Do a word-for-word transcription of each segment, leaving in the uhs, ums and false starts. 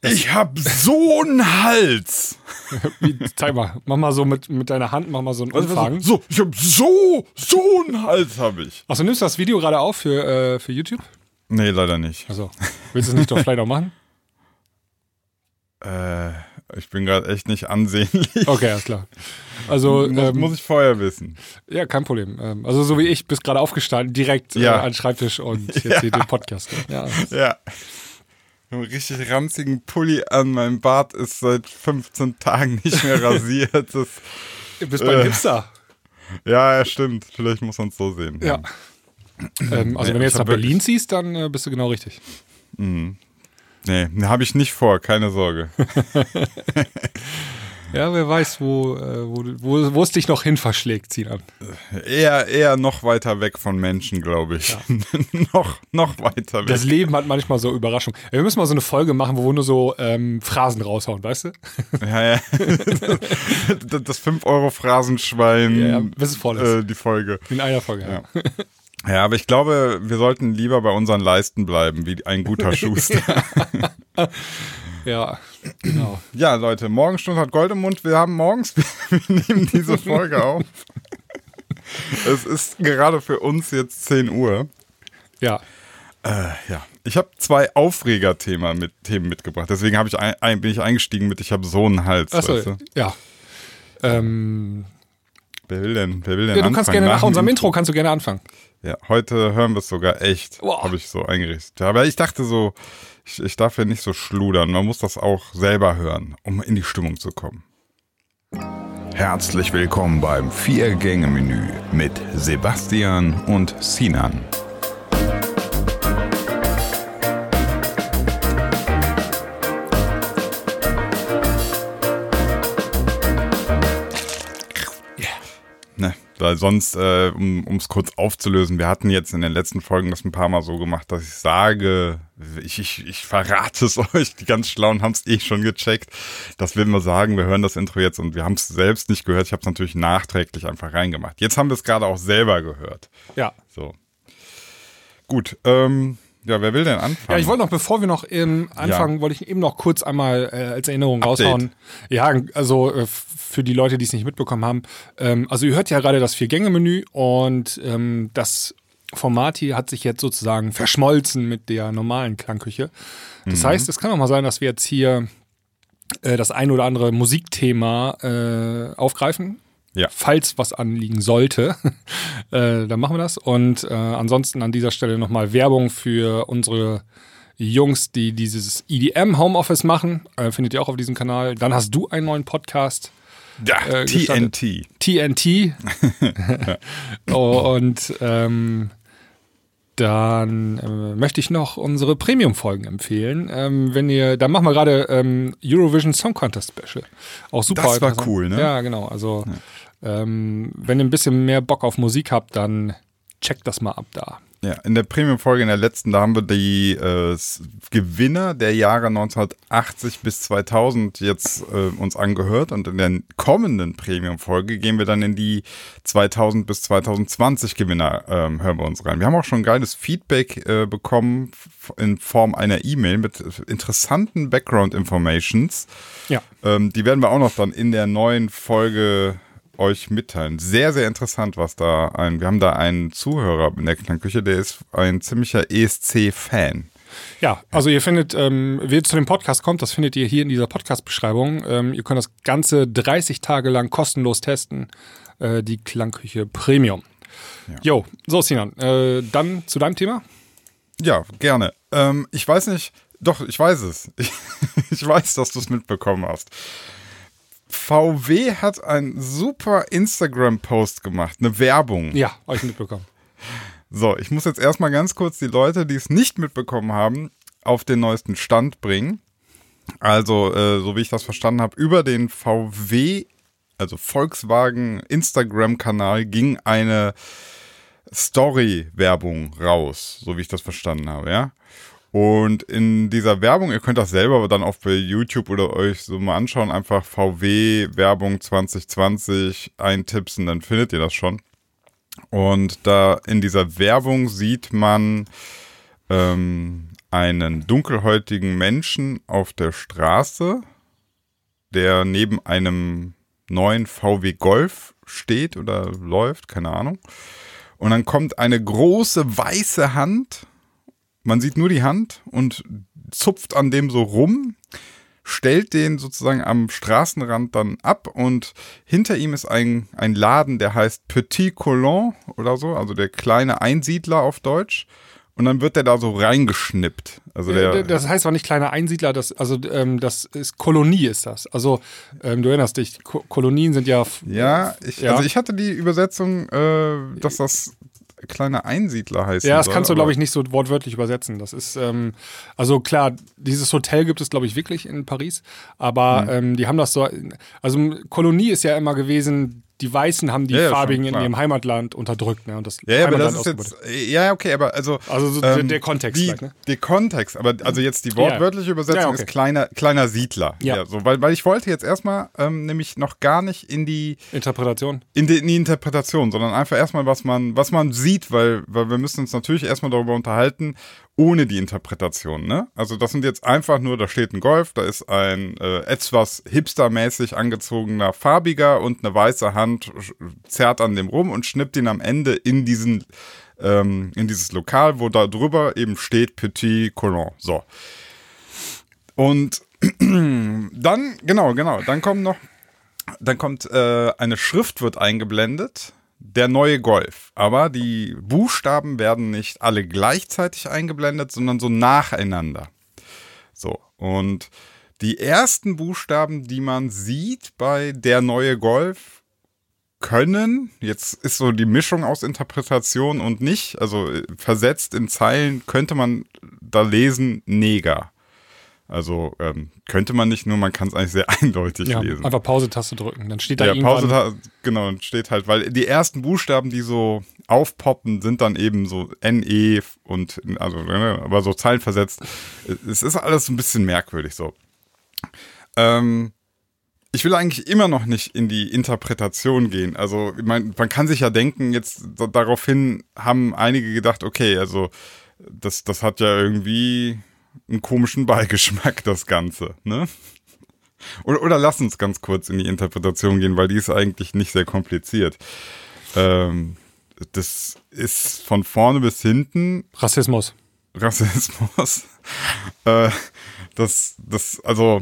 Ich hab so einen Hals. Wie, zeig mal, mach mal so mit, mit deiner Hand, mach mal so einen Umfang. So, ich hab so, so einen Hals hab ich. Achso, nimmst du das Video gerade auf für, äh, für YouTube? Nee, leider nicht. Also, willst du es nicht doch vielleicht auch machen? Äh, ich bin gerade echt nicht ansehnlich. Okay, alles klar. Also, muss, ähm, muss ich vorher wissen. Ja, kein Problem. Ähm, also so wie ich, bist gerade aufgestanden, direkt ja. äh, an den Schreibtisch und jetzt ja. hier den Podcast. Ja. ja. Einen richtig ranzigen Pulli an. Mein Bart ist seit fünfzehn Tagen nicht mehr rasiert. Das, du bist beim äh, Hipster. Ja, ja, stimmt. Vielleicht muss man es so sehen. Ja. ähm, also nee, wenn du jetzt nach Berlin ziehst, dann äh, bist du genau richtig. Mhm. Nee, habe ich nicht vor, keine Sorge. Ja, wer weiß, wo, äh, wo, wo, wo es dich noch hin verschlägt, Sinan. Eher, eher noch weiter weg von Menschen, glaube ich. Ja. noch, noch weiter weg. Das Leben hat manchmal so Überraschungen. Wir müssen mal so eine Folge machen, wo wir nur so ähm, Phrasen raushauen, weißt du? Ja, ja. Das fünf Euro Phrasenschwein. Ja, ja, bis es voll ist. Äh, die Folge. In einer Folge, ja. ja. Ja, aber ich glaube, wir sollten lieber bei unseren Leisten bleiben, wie ein guter Schuster. Ja, genau. Ja, Leute, Morgenstund hat Gold im Mund. Wir haben morgens, wir nehmen diese Folge auf. Es ist gerade für uns jetzt zehn Uhr. Ja. Äh, ja. Ich habe zwei Aufreger-Themen mit, Themen mitgebracht. Deswegen hab ich ein, bin ich eingestiegen mit, ich habe so einen Hals. Achso, weißt du? ja. Ähm, wer will denn, wer will denn ja, du anfangen? kannst gerne nach, nach unserem Intro, kannst du gerne anfangen. Ja, heute hören wir es sogar echt, wow. Habe ich so eingerichtet. Aber ich dachte so, ich, ich darf ja nicht so schludern. Man muss das auch selber hören, um in die Stimmung zu kommen. Herzlich willkommen beim Vier-Gänge-Menü mit Sebastian und Sinan. Weil sonst, äh, um es kurz aufzulösen, wir hatten jetzt in den letzten Folgen das ein paar Mal so gemacht, dass ich sage, ich, ich, ich verrate es euch, die ganz Schlauen haben es eh schon gecheckt, dass wir immer sagen, wir hören das Intro jetzt und wir haben es selbst nicht gehört. Ich habe es natürlich nachträglich einfach reingemacht. Jetzt haben wir es gerade auch selber gehört. Ja. So. Gut, ähm, ja, wer will denn anfangen? Ja, ich wollte noch, bevor wir noch ähm, anfangen, ja. wollte ich eben noch kurz einmal äh, als Erinnerung Update. raushauen. Ja, also äh, für die Leute, die es nicht mitbekommen haben. Ähm, also ihr hört ja gerade das Vier-Gänge-Menü und ähm, das Format hier hat sich jetzt sozusagen verschmolzen mit der normalen Klangküche. Das mhm. heißt, es kann auch mal sein, dass wir jetzt hier äh, das ein oder andere Musikthema äh, aufgreifen. Ja. Falls was anliegen sollte, äh, dann machen wir das. Und äh, ansonsten an dieser Stelle nochmal Werbung für unsere Jungs, die dieses E D M Homeoffice machen. Äh, findet ihr auch auf diesem Kanal. Dann hast du einen neuen Podcast. Ja, äh, T N T. T N T. Und ähm, dann äh, möchte ich noch unsere Premium-Folgen empfehlen. Ähm, wenn ihr, da machen wir gerade ähm, Eurovision Song Contest Special. Auch super. Das war cool, ne? Ja, genau. Also ja. Ähm, wenn ihr ein bisschen mehr Bock auf Musik habt, dann checkt das mal ab da. Ja, in der Premium-Folge, in der letzten, da haben wir die äh, Gewinner der Jahre neunzehnhundertachtzig bis zweitausend jetzt äh, uns angehört und in der kommenden Premium-Folge gehen wir dann in die zweitausend bis zweitausendzwanzig Gewinner, ähm, hören wir uns rein. Wir haben auch schon geiles Feedback äh, bekommen in Form einer E-Mail mit interessanten Background-Informations. Ja. Ähm, die werden wir auch noch dann in der neuen Folge euch mitteilen. Sehr, sehr interessant, was da ein, wir haben da einen Zuhörer in der Klangküche, der ist ein ziemlicher E S C-Fan. Ja, also ihr findet, ähm, wie ihr zu dem Podcast kommt, das findet ihr hier in dieser Podcast-Beschreibung. Ähm, ihr könnt das Ganze dreißig Tage lang kostenlos testen, äh, die Klangküche Premium. Ja. Jo, so Sinan, äh, dann zu deinem Thema? Ja, gerne. Ähm, ich weiß nicht, doch, ich weiß es. Ich, ich weiß, dass du es mitbekommen hast. V W hat einen super Instagram-Post gemacht, eine Werbung. Ja, habe ich mitbekommen. So, ich muss jetzt erstmal ganz kurz die Leute, die es nicht mitbekommen haben, auf den neuesten Stand bringen. Also, äh, so wie ich das verstanden habe, über den V W, also Volkswagen Instagram-Kanal ging eine Story-Werbung raus, so wie ich das verstanden habe, ja. Und in dieser Werbung, ihr könnt das selber dann auch bei YouTube oder euch so mal anschauen, einfach V W Werbung zwanzig zwanzig eintipsen, dann findet ihr das schon. Und da in dieser Werbung sieht man ähm, einen dunkelhäutigen Menschen auf der Straße, der neben einem neuen V W Golf steht oder läuft, keine Ahnung. Und dann kommt eine große weiße Hand, man sieht nur die Hand und zupft an dem so rum, stellt den sozusagen am Straßenrand dann ab und hinter ihm ist ein, ein Laden, der heißt Petit Colon oder so, also der kleine Einsiedler auf Deutsch. Und dann wird der da so reingeschnippt. Also der, das heißt auch nicht kleiner Einsiedler, das, also ähm, das ist Kolonie ist das. Also ähm, du erinnerst dich, Ko- Kolonien sind ja... F- ja, ich, ja, also ich hatte die Übersetzung, äh, dass das kleine Einsiedler heißt. Ja, das kannst du, glaube ich, nicht so wortwörtlich übersetzen. Das ist, ähm, also klar, dieses Hotel gibt es, glaube ich, wirklich in Paris. Aber mhm. ähm, die haben das so, also Kolonie ist ja immer gewesen, die Weißen haben die ja, ja, Farbigen schon, in ihrem Heimatland unterdrückt. Ne? Und das ja, ja, aber Heimatland das ist jetzt, ja, okay, aber also... Also so ähm, der Kontext. Die, vielleicht, ne? Der Kontext, aber also jetzt die wortwörtliche Übersetzung ja, okay. ist kleiner, kleiner Siedler. Ja. Ja, so, weil, weil ich wollte jetzt erstmal ähm, nämlich noch gar nicht in die... Interpretation. In die, in die Interpretation, sondern einfach erstmal, was man, was man sieht, weil, weil wir müssen uns natürlich erstmal darüber unterhalten, ohne die Interpretation, ne? Also das sind jetzt einfach nur, da steht ein Golf, da ist ein äh, etwas hipstermäßig angezogener Farbiger und eine weiße Hand zerrt an dem rum und schnippt ihn am Ende in diesen, ähm, in dieses Lokal, wo da drüber eben steht Petit Colon. So. Und dann, genau, genau, dann kommt noch, dann kommt äh, eine Schrift wird eingeblendet. Der neue Golf. Aber die Buchstaben werden nicht alle gleichzeitig eingeblendet, sondern so nacheinander. So, und die ersten Buchstaben, die man sieht bei der neue Golf, können, jetzt ist so die Mischung aus Interpretation und nicht, also versetzt in Zeilen könnte man da lesen Neger. Also ähm, könnte man nicht, nur man kann es eigentlich sehr eindeutig ja, lesen. Einfach Pause-Taste drücken, dann steht da ja, irgendwann... Pause, genau, steht halt, weil die ersten Buchstaben, die so aufpoppen, sind dann eben so N E und, also, aber so zeilenversetzt. Es ist alles ein bisschen merkwürdig so. Ähm, ich will eigentlich immer noch nicht in die Interpretation gehen. Also, ich meine, man kann sich ja denken, jetzt daraufhin haben einige gedacht, okay, also das, das hat ja irgendwie einen komischen Beigeschmack, das Ganze, ne? Oder, oder lass uns ganz kurz in die Interpretation gehen, weil die ist eigentlich nicht sehr kompliziert. Ähm, das ist von vorne bis hinten Rassismus. Rassismus. äh, das, das, also,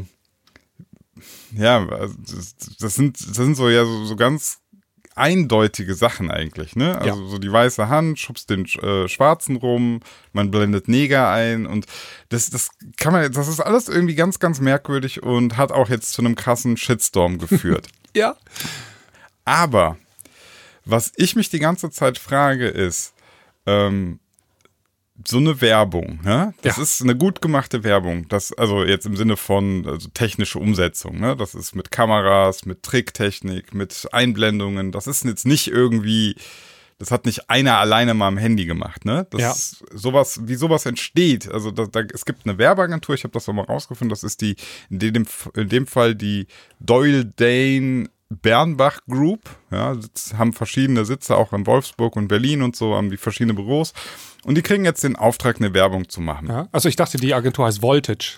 ja, das, das sind, das sind so ja so, so ganz eindeutige Sachen eigentlich, ne? Also ja. So die weiße Hand schubst den äh, Schwarzen rum, man blendet Neger ein und das, das kann man, das ist alles irgendwie ganz, ganz merkwürdig und hat auch jetzt zu einem krassen Shitstorm geführt. Ja. Aber was ich mich die ganze Zeit frage ist, ähm, so eine Werbung, ne? Das ja. ist eine gut gemachte Werbung. Das, also jetzt im Sinne von also technische Umsetzung, ne? Das ist mit Kameras, mit Tricktechnik, mit Einblendungen. Das ist jetzt nicht irgendwie, das hat nicht einer alleine mal am Handy gemacht, ne? Das ja. ist sowas, wie sowas entsteht. Also da, da, es gibt eine Werbeagentur, ich habe das nochmal rausgefunden, das ist die, in dem, in dem Fall die Doyle Dane Bernbach Group, ja, sitz, haben verschiedene Sitze auch in Wolfsburg und Berlin und so, haben die verschiedene Büros und die kriegen jetzt den Auftrag, eine Werbung zu machen. Ja, also ich dachte, die Agentur heißt Voltage.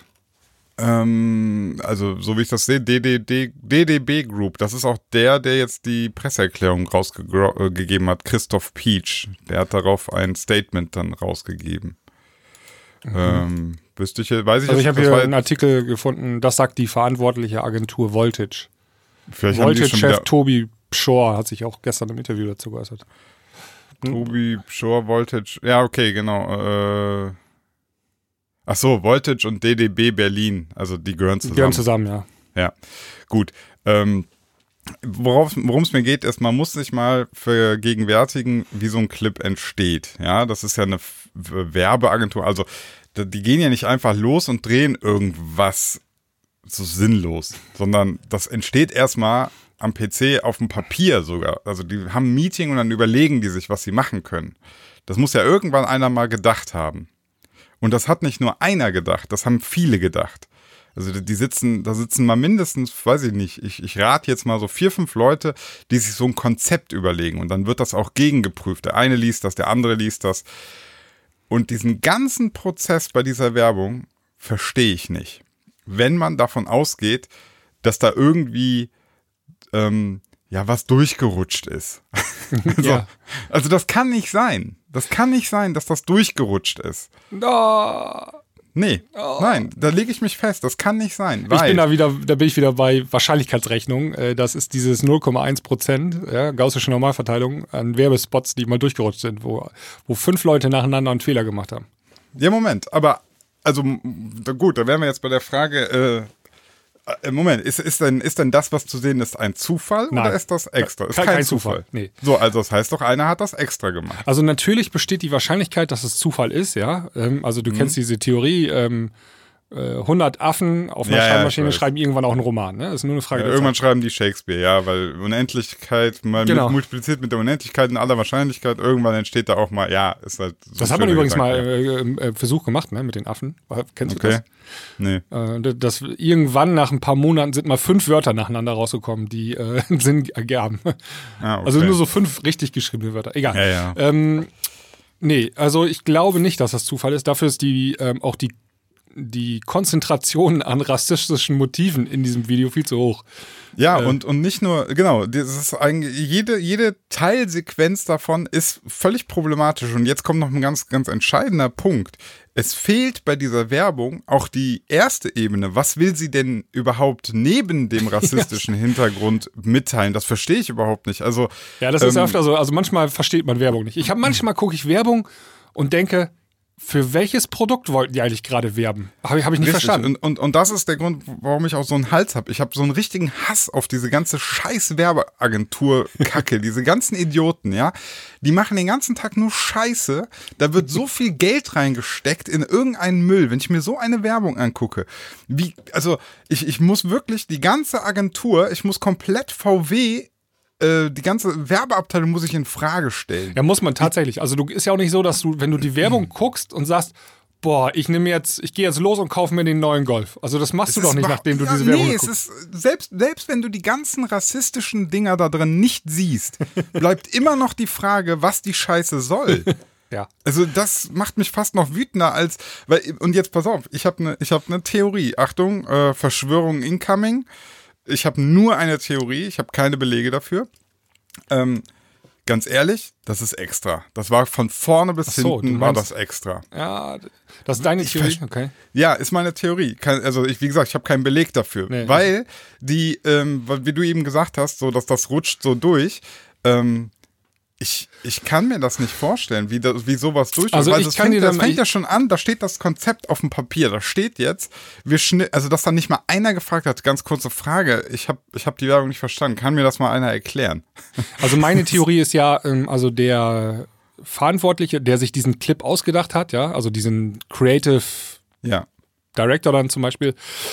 Ähm, also so wie ich das sehe, D D D, D D B Group, das ist auch der, der jetzt die Presseerklärung rausgegeben hat, Christoph Pietsch, der hat darauf ein Statement dann rausgegeben. Mhm. Ähm, wüsste ich, weiß ich Also jetzt, ich habe hier einen Artikel gefunden, das sagt die verantwortliche Agentur Voltage. Vielleicht Voltage-Chef Tobi Pschorr hat sich auch gestern im Interview dazu geäußert. Hm? Tobi Pschorr, Voltage, ja okay, genau. Äh, ach so, Voltage und D D B Berlin, also die gehören zusammen. Die gehören zusammen, ja. Ja, gut. Ähm, worum es mir geht, ist, man muss sich mal vergegenwärtigen, wie so ein Clip entsteht. Ja, das ist ja eine F- Werbeagentur, also die gehen ja nicht einfach los und drehen irgendwas so sinnlos, sondern das entsteht erstmal am P C auf dem Papier sogar. Also die haben ein Meeting und dann überlegen die sich, was sie machen können. Das muss ja irgendwann einer mal gedacht haben. Und das hat nicht nur einer gedacht, das haben viele gedacht. Also die sitzen, da sitzen mal mindestens, weiß ich nicht, ich, ich rate jetzt mal so vier, fünf Leute, die sich so ein Konzept überlegen und dann wird das auch gegengeprüft. Der eine liest das, der andere liest das. Und diesen ganzen Prozess bei dieser Werbung verstehe ich nicht. Wenn man davon ausgeht, dass da irgendwie ähm, ja was durchgerutscht ist. also, Ja. also das kann nicht sein. Das kann nicht sein, dass das durchgerutscht ist. Oh. Nee, Oh. nein, da lege ich mich fest. Das kann nicht sein. Ich Weil, bin da wieder, da bin ich wieder bei Wahrscheinlichkeitsrechnung. Äh, Das ist dieses null Komma eins Prozent, ja, gaußische Normalverteilung an Werbespots, die mal durchgerutscht sind, wo, wo fünf Leute nacheinander einen Fehler gemacht haben. ja, Moment, aber also m- da- gut, da wären wir jetzt bei der Frage, äh, äh, Moment, ist, ist, denn, ist denn das, was zu sehen ist, ein Zufall Nein. oder ist das extra? Ist Kein- kein, kein Zufall. Zufall, nee. So, also das heißt doch, einer hat das extra gemacht. Also natürlich besteht die Wahrscheinlichkeit, dass es Zufall ist, ja. Ähm, Also du kennst diese Theorie, ähm, äh, hundert Affen auf einer Ja, ja, Schreibmaschine ich weiß. schreiben irgendwann auch einen Roman, ne? Das ist nur eine Frage Ja, der irgendwann Zeit. schreiben die Shakespeare, ja, weil Unendlichkeit mal Genau. multipliziert mit der Unendlichkeit in aller Wahrscheinlichkeit, irgendwann entsteht da auch mal, ja, ist halt so Das ein hat man schöner übrigens Gedanke. mal äh, äh, Versuch gemacht, ne, mit den Affen. Kennst du Okay. Nee. das? Äh, das irgendwann nach ein paar Monaten sind mal fünf Wörter nacheinander rausgekommen, die äh, Sinn ergaben. Ah, okay. Also nur so fünf richtig geschriebene Wörter. Egal. Ja, ja. Ähm, nee, also ich glaube nicht, dass das Zufall ist. Dafür ist die ähm, auch die, die Konzentration an rassistischen Motiven in diesem Video viel zu hoch. Ja, Äh. und, und nicht nur, genau, das ist eigentlich, jede, jede Teilsequenz davon ist völlig problematisch. Und jetzt kommt noch ein ganz, ganz entscheidender Punkt. Es fehlt bei dieser Werbung auch die erste Ebene. Was will sie denn überhaupt neben dem rassistischen Hintergrund mitteilen? Das verstehe ich überhaupt nicht. Also, Ja, das ist ähm, öfter so. Also manchmal versteht man Werbung nicht. Ich habe manchmal gucke ich Werbung und denke, für welches Produkt wollten die eigentlich gerade werben? Habe ich, hab ich nicht Richtig. verstanden. Und, und, und das ist der Grund, warum ich auch so einen Hals habe. Ich habe so einen richtigen Hass auf diese ganze scheiß Werbeagentur-Kacke, diese ganzen Idioten, ja. Die machen den ganzen Tag nur Scheiße. Da wird so viel Geld reingesteckt in irgendeinen Müll. Wenn ich mir so eine Werbung angucke, wie, also ich, ich muss wirklich die ganze Agentur, ich muss komplett V W, äh, die ganze Werbeabteilung muss ich in Frage stellen. Ja, muss man tatsächlich. Also du ist ja auch nicht so, dass du, wenn du die Werbung guckst und sagst, boah, ich nehme jetzt, ich gehe jetzt los und kaufe mir den neuen Golf. Also das machst du Es doch ist nicht, überhaupt- nachdem du ja, diese Werbung nee, es guckst. ist selbst selbst wenn du die ganzen rassistischen Dinger da drin nicht siehst, bleibt immer noch die Frage, was die Scheiße soll. Ja. Also das macht mich fast noch wütender als, weil, und jetzt pass auf, ich habe eine ich habe eine Theorie. Achtung, äh, Verschwörung incoming. Ich habe nur eine Theorie, ich habe keine Belege dafür. Ähm, ganz ehrlich, das ist extra. Das war von vorne bis Ach so, hinten du war meinst- das extra. Ja, das ist deine Ich Theorie, verste- okay. Ja, ist meine Theorie. Kein, also ich, wie gesagt, ich habe keinen Beleg dafür. Nee. Weil die, ähm, weil- wie du eben gesagt hast, so dass das rutscht so durch. Ähm, ich, ich kann mir das nicht vorstellen, wie, das, wie sowas durchrutscht. Also Weil ich das kann fängt, dir das dann- fängt ich- ja schon an, da steht das Konzept auf dem Papier. Da steht jetzt, wir schnitt, also dass da nicht mal einer gefragt hat, ganz kurze Frage, ich habe ich hab die Werbung nicht verstanden. Kann mir das mal einer erklären? Also meine Theorie ist ja, ähm, also der Verantwortliche, der sich diesen Clip ausgedacht hat, ja, also diesen Creative Ja. Director dann zum Beispiel,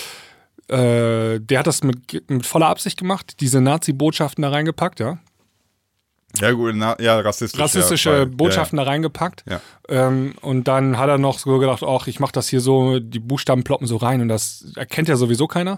äh, der hat das mit, mit voller Absicht gemacht, diese Nazi-Botschaften da reingepackt, ja. Ja, gut, na, ja, rassistisch. Rassistische ja, weil- Botschaften da reingepackt. Ja. Ähm, und dann hat er noch so gedacht, ach, ich mach das hier so, die Buchstaben ploppen so rein und das erkennt ja sowieso keiner.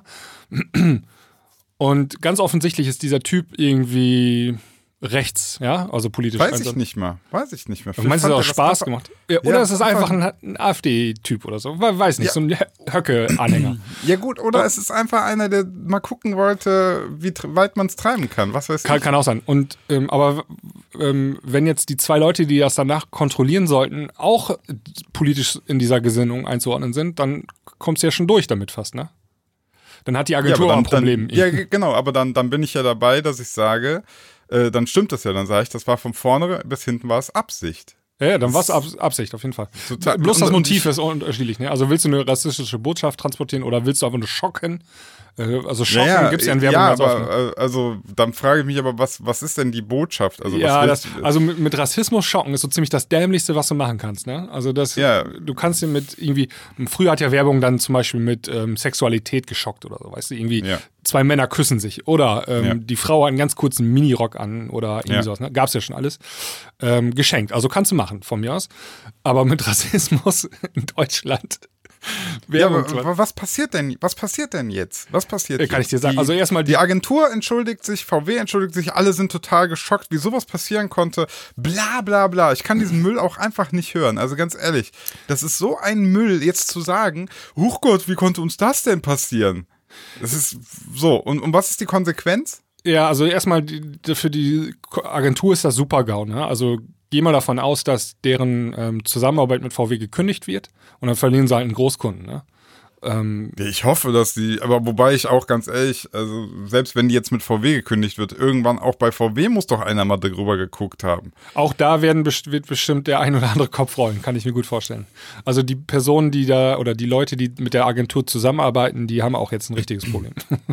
Und ganz offensichtlich ist dieser Typ irgendwie rechts, ja, also politisch. Ja. Weiß Also- ich nicht mehr. Weiß ich nicht mehr. Du meinst, es Vielleicht hat auch fand er das Spaß einfach- gemacht? Ja, oder Ja, ist es einfach einfach- ein, ein AfD-Typ oder so? We- Weiß nicht, Ja. so ein Höcke-Anhänger. Ja gut, oder es ist einfach einer, der mal gucken wollte, wie tr- weit man es treiben kann. Was weiß Kann, ich. kann auch sein. Und ähm, aber ähm, wenn jetzt die zwei Leute, die das danach kontrollieren sollten, auch politisch in dieser Gesinnung einzuordnen sind, dann kommst du ja schon durch damit fast, ne? Dann hat die Ja, Agentur aber auch ein dann, Problem. dann, ja, ge- genau, aber dann, dann bin ich ja dabei, dass ich sage, äh, dann stimmt das ja. Dann sage ich, das war von vorne bis hinten war es Absicht. Ja, ja, dann war es Abs Absicht, auf jeden Fall. Total- Bloß das und- Motiv ist unterschiedlich. Ne? Also willst du eine rassistische Botschaft transportieren oder willst du einfach nur schocken? Äh, also schocken Ja, ja, gibt es ja in Werbung ja, ganz oft. Ne? aber äh, also dann frage ich mich aber, was, was ist denn die Botschaft? Also, Ja, was das, willst du- also mit, mit Rassismus schocken ist so ziemlich das Dämlichste, was du machen kannst. Ne? Also das, Ja. du kannst dir mit irgendwie, früher hat ja Werbung dann zum Beispiel mit ähm, Sexualität geschockt oder so, weißt du, irgendwie Ja. zwei Männer küssen sich oder ähm, Ja. die Frau hat einen ganz kurzen Minirock an oder irgendwie Ja. sowas. Ne? Gab's ja schon alles. Ähm, geschenkt, also kannst du machen von mir aus. Aber mit Rassismus in Deutschland Ja, aber was passiert denn? Was passiert denn jetzt? Was passiert ja, kann jetzt? ich dir sagen. Die, also erstmal die, die Agentur entschuldigt sich, V W entschuldigt sich, alle sind total geschockt, wie sowas passieren konnte. Bla bla bla. Ich kann diesen Müll auch einfach nicht hören. Also ganz ehrlich, das ist so ein Müll, jetzt zu sagen, huch Gott, wie konnte uns das denn passieren? Das ist so. Und, und was ist die Konsequenz? Ja, also erstmal die, für die Agentur ist das Super-GAU, ne? Also geh mal davon aus, dass deren ähm, Zusammenarbeit mit V W gekündigt wird und dann verlieren sie halt einen Großkunden, ne? Ähm, Ich hoffe, dass die, aber wobei ich auch ganz ehrlich, also selbst wenn die jetzt mit V W gekündigt wird, irgendwann auch bei V W muss doch einer mal drüber geguckt haben. Auch da werden best- wird bestimmt der ein oder andere Kopf rollen, kann ich mir gut vorstellen. Also die Personen, die da, oder die Leute, die mit der Agentur zusammenarbeiten, die haben auch jetzt ein richtiges Problem.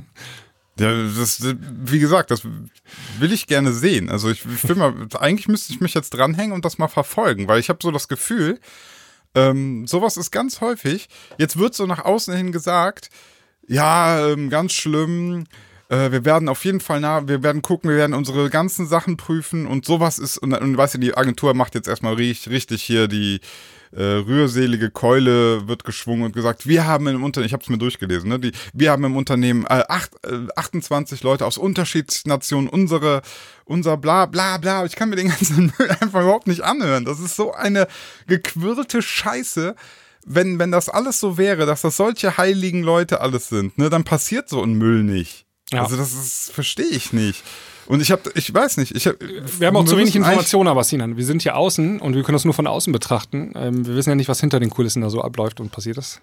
Ja, das, wie gesagt, das will ich gerne sehen. Also ich, ich will mal, eigentlich müsste ich mich jetzt dranhängen und das mal verfolgen, weil ich habe so das Gefühl, ähm, sowas ist ganz häufig. Jetzt wird so nach außen hin gesagt, ja, ähm, ganz schlimm. Äh, wir werden auf jeden Fall nah, wir werden gucken, wir werden unsere ganzen Sachen prüfen und sowas ist, und, und weißt du, die Agentur macht jetzt erstmal richtig, richtig hier die äh, rührselige Keule wird geschwungen und gesagt, wir haben im Unternehmen, ich habe es mir durchgelesen, ne, die, wir haben im Unternehmen äh, acht, äh, achtundzwanzig Leute aus unterschiedlichen Nationen, unsere, unser bla bla bla, ich kann mir den ganzen Müll einfach überhaupt nicht anhören. Das ist so eine gequirlte Scheiße. Wenn, wenn das alles so wäre, dass das solche heiligen Leute alles sind, ne, dann passiert so ein Müll nicht. Ja. Also das ist, verstehe ich nicht. Und ich habe, ich weiß nicht, ich hab, wir haben auch zu wenig Informationen, aber Sinan, wir sind hier außen und wir können das nur von außen betrachten. Ähm, wir wissen ja nicht, was hinter den Kulissen da so abläuft und passiert ist.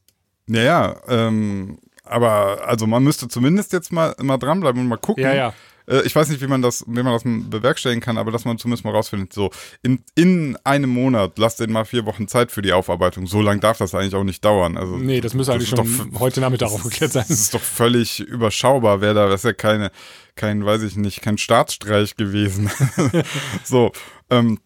Naja, ähm, aber also man müsste zumindest jetzt mal, mal dranbleiben und mal gucken. Ja, ja. Äh, ich weiß nicht, wie man das, wie man das bewerkstelligen kann, aber dass man zumindest mal rausfindet, so in, in einem Monat, lasst denen mal vier Wochen Zeit für die Aufarbeitung. So lange darf das eigentlich auch nicht dauern. Also, nee, das müsste eigentlich schon doch, heute Nachmittag aufgeklärt sein. Das ist doch völlig überschaubar, wer da, das ist ja keine, kein, weiß ich nicht, kein Staatsstreich gewesen. So, ähm,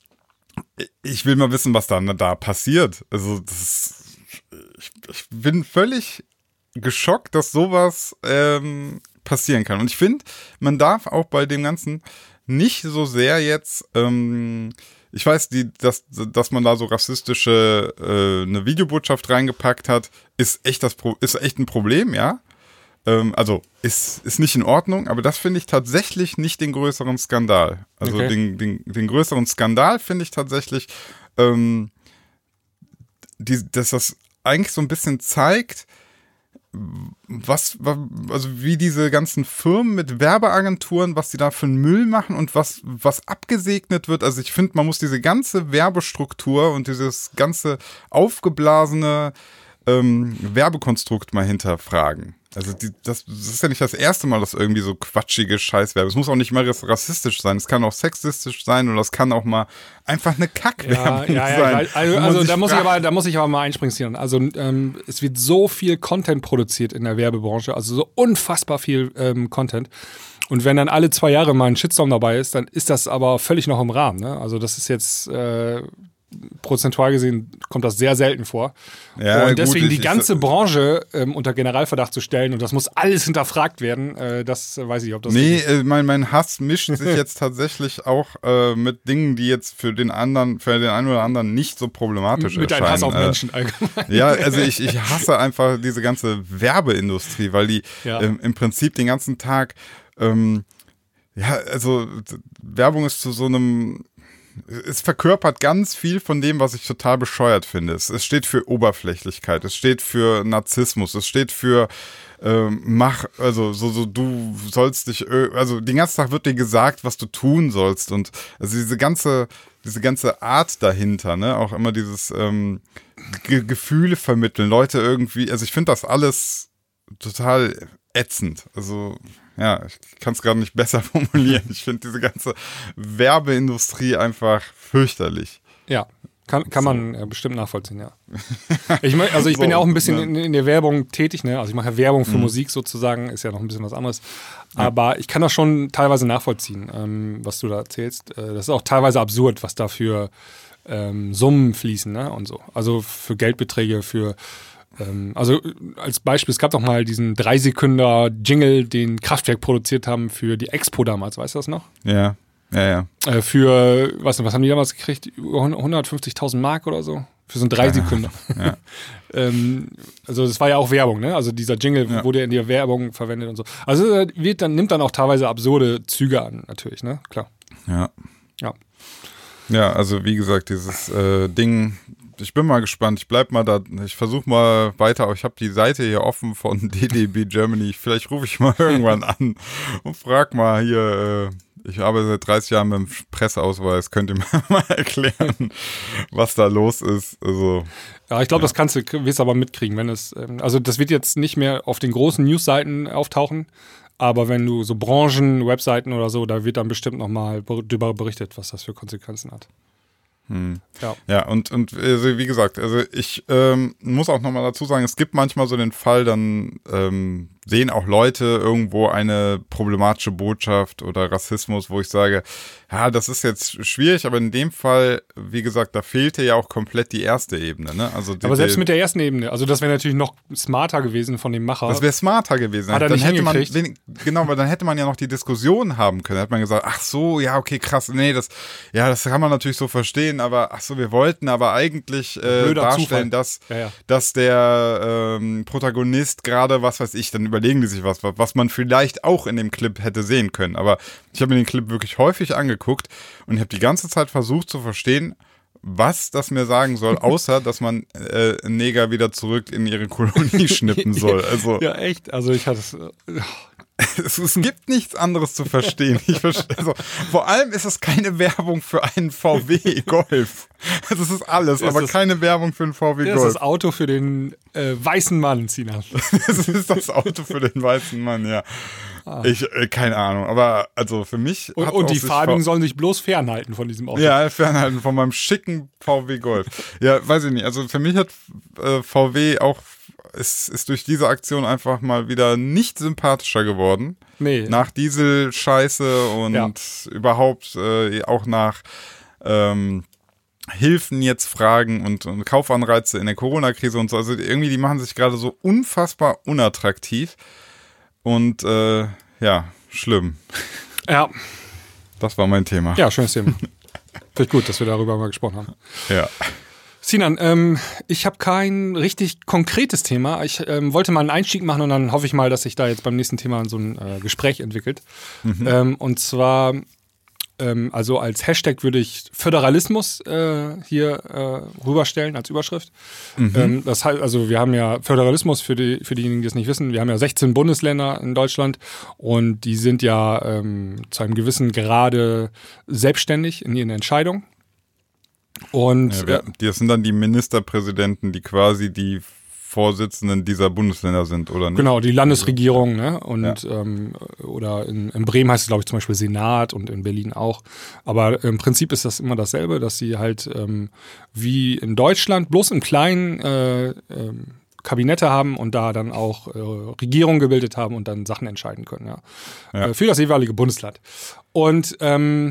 ich will mal wissen, was da, da passiert. Also, das ist, ich, ich bin völlig geschockt, dass sowas ähm, passieren kann. Und ich finde, man darf auch bei dem Ganzen nicht so sehr jetzt, ähm, ich weiß, die, dass, dass man da so rassistische äh, eine Videobotschaft reingepackt hat, ist echt das Pro- ist echt ein Problem, ja. Ähm, also ist, ist nicht in Ordnung, aber das finde ich tatsächlich nicht den größeren Skandal. Also okay. den, den, den größeren Skandal finde ich tatsächlich, ähm, die, dass das eigentlich so ein bisschen zeigt, was, also wie diese ganzen Firmen mit Werbeagenturen, was die da für einen Müll machen und was, was abgesegnet wird. Also ich finde, man muss diese ganze Werbestruktur und dieses ganze aufgeblasene ähm, Werbekonstrukt mal hinterfragen. Also die, das, das ist ja nicht das erste Mal, dass irgendwie so quatschige Scheißwerbung. Es muss auch nicht mal rassistisch sein. Es kann auch sexistisch sein oder es kann auch mal einfach eine Kackwerbung ja, ja, sein. Ja, also also da muss ich aber, da muss ich aber mal einspringen. Also ähm, es wird so viel Content produziert in der Werbebranche, also so unfassbar viel ähm, Content. Und wenn dann alle zwei Jahre mal ein Shitstorm dabei ist, dann ist das aber völlig noch im Rahmen. Ne? Also das ist jetzt äh, prozentual gesehen kommt das sehr selten vor. Ja, und deswegen gut, ich, die ganze ich, Branche ähm, unter Generalverdacht zu stellen und das muss alles hinterfragt werden, äh, das äh, weiß ich, ob das Nee, äh, mein, mein Hass mischt sich jetzt tatsächlich auch äh, mit Dingen, die jetzt für den anderen, für den einen oder anderen nicht so problematisch mit erscheinen. Mit deinem Hass auf Menschen allgemein. Ja, also ich, ich hasse einfach diese ganze Werbeindustrie, weil die ja. ähm, im Prinzip den ganzen Tag ähm, ja, also Werbung ist zu so einem es verkörpert ganz viel von dem, was ich total bescheuert finde. Es, es steht für Oberflächlichkeit, es steht für Narzissmus, es steht für ähm, mach, also so, so du sollst dich, also den ganzen Tag wird dir gesagt, was du tun sollst und also diese ganze, diese ganze Art dahinter, ne, auch immer dieses ähm, Ge- Gefühle vermitteln, Leute irgendwie, also ich finde das alles total ätzend, also ja, ich kann es gerade nicht besser formulieren. Ich finde diese ganze Werbeindustrie einfach fürchterlich. Ja, kann, kann so. man äh, bestimmt nachvollziehen, ja. Ich mein, also ich so, bin ja auch ein bisschen ja. in, in der Werbung tätig, ne? Also ich mache ja Werbung für mhm. Musik sozusagen, ist ja noch ein bisschen was anderes. Ja. Aber ich kann das schon teilweise nachvollziehen, ähm, was du da erzählst. Äh, das ist auch teilweise absurd, was da für ähm, Summen fließen, ne? Und so. Also für Geldbeträge, für also als Beispiel, es gab doch mal diesen Drei-Sekünder-Jingle, den Kraftwerk produziert haben für die Expo damals, weißt du das noch? Ja, ja, ja. Äh, für, was, was haben die damals gekriegt? Über hundertfünfzigtausend Mark oder so? Für so ein drei Sekunden. Ja. ähm, also das war ja auch Werbung, ne? Also dieser Jingle Ja. wurde in der Werbung verwendet und so. Also äh, wird dann, nimmt dann auch teilweise absurde Züge an, natürlich, ne? Klar. Ja. Ja. Ja, also wie gesagt, dieses äh, Ding, ich bin mal gespannt, ich bleib mal da, ich versuche mal weiter, aber ich habe die Seite hier offen von D D B Germany, vielleicht rufe ich mal irgendwann an und frag mal hier, äh, ich arbeite seit dreißig Jahren mit dem Presseausweis, könnt ihr mir mal erklären, was da los ist, also... Ja, ich glaube, Ja. das kannst du, wirst du aber mitkriegen, wenn es, ähm, also das wird jetzt nicht mehr auf den großen Newsseiten auftauchen, aber wenn du so Branchen, Webseiten oder so, da wird dann bestimmt nochmal darüber berichtet, was das für Konsequenzen hat. Hm. Ja. Ja, und, und also wie gesagt, also ich ähm, muss auch nochmal dazu sagen, es gibt manchmal so den Fall, dann ähm, sehen auch Leute irgendwo eine problematische Botschaft oder Rassismus, wo ich sage, ja, das ist jetzt schwierig, aber in dem Fall, wie gesagt, da fehlte ja auch komplett die erste Ebene. Ne? Also die, Aber selbst die, mit der ersten Ebene, also das wäre natürlich noch smarter gewesen von dem Macher. das wäre smarter gewesen. Hat er dann nicht hätte man hingekriegt? wenig, genau, weil dann hätte man ja noch die Diskussion haben können. Da hätte man gesagt, ach so, ja, okay, krass, nee, das, ja, das kann man natürlich so verstehen, aber ach so, wir wollten aber eigentlich äh, Blöder darstellen, Zufall. dass, Ja, ja. dass der ähm, Protagonist gerade, was weiß ich, dann überlegen die sich was, was man vielleicht auch in dem Clip hätte sehen können. Aber ich habe mir den Clip wirklich häufig angeguckt und ich habe die ganze Zeit versucht zu verstehen, was das mir sagen soll, außer, dass man äh, Neger wieder zurück in ihre Kolonie schnippen soll. Also Ja, echt. Also ich hatte es. äh, es, es gibt nichts anderes zu verstehen. Ich verste- also, vor allem ist es keine Werbung für einen V W Golf. Also es ist alles, Das aber ist- keine Werbung für einen V W Das ist Golf. das Auto für den äh, weißen Mann, Sinan. Das ist das Auto für den weißen Mann, ja. Ich, äh, keine Ahnung, aber also für mich Und, hat und auch die sich Farbigen ver- sollen sich bloß fernhalten von diesem Auto. Ja, fernhalten von meinem schicken V W Golf. Ja, weiß ich nicht. Also für mich hat äh, V W auch, ist, ist durch diese Aktion einfach mal wieder nicht sympathischer geworden. Nee. Nach Diesel-Scheiße und Ja. überhaupt äh, auch nach ähm, Hilfen jetzt fragen und, und Kaufanreize in der Corona-Krise und so. Also irgendwie, die machen sich gerade so unfassbar unattraktiv. Und äh, ja, schlimm. Ja, Das war mein Thema. ja, schönes Thema. Finde ich gut, dass wir darüber mal gesprochen haben. Ja. Sinan, ähm, ich habe kein richtig konkretes Thema. Ich ähm, wollte mal einen Einstieg machen und dann hoffe ich mal, dass sich da jetzt beim nächsten Thema so ein äh, Gespräch entwickelt. Ähm, und zwar, ähm, also als Hashtag würde ich Föderalismus äh, hier äh, rüberstellen als Überschrift. Ähm, das heißt, also wir haben ja Föderalismus, für, die, für diejenigen, die es nicht wissen, wir haben ja sechzehn Bundesländer in Deutschland und die sind ja ähm, zu einem gewissen Grade selbstständig in ihren Entscheidungen. Und Ja, wer- das sind dann die Ministerpräsidenten, die quasi die Vorsitzenden dieser Bundesländer sind, oder nicht? Genau, die Landesregierung, ne? Und ähm, oder in, in Bremen heißt es, glaube ich, zum Beispiel Senat und in Berlin auch. Aber im Prinzip ist das immer dasselbe, dass sie halt ähm, wie in Deutschland bloß im Kleinen äh, ähm, Kabinette haben und da dann auch äh, Regierungen gebildet haben und dann Sachen entscheiden können, ja. Ja. Äh, für das jeweilige Bundesland. Und ähm,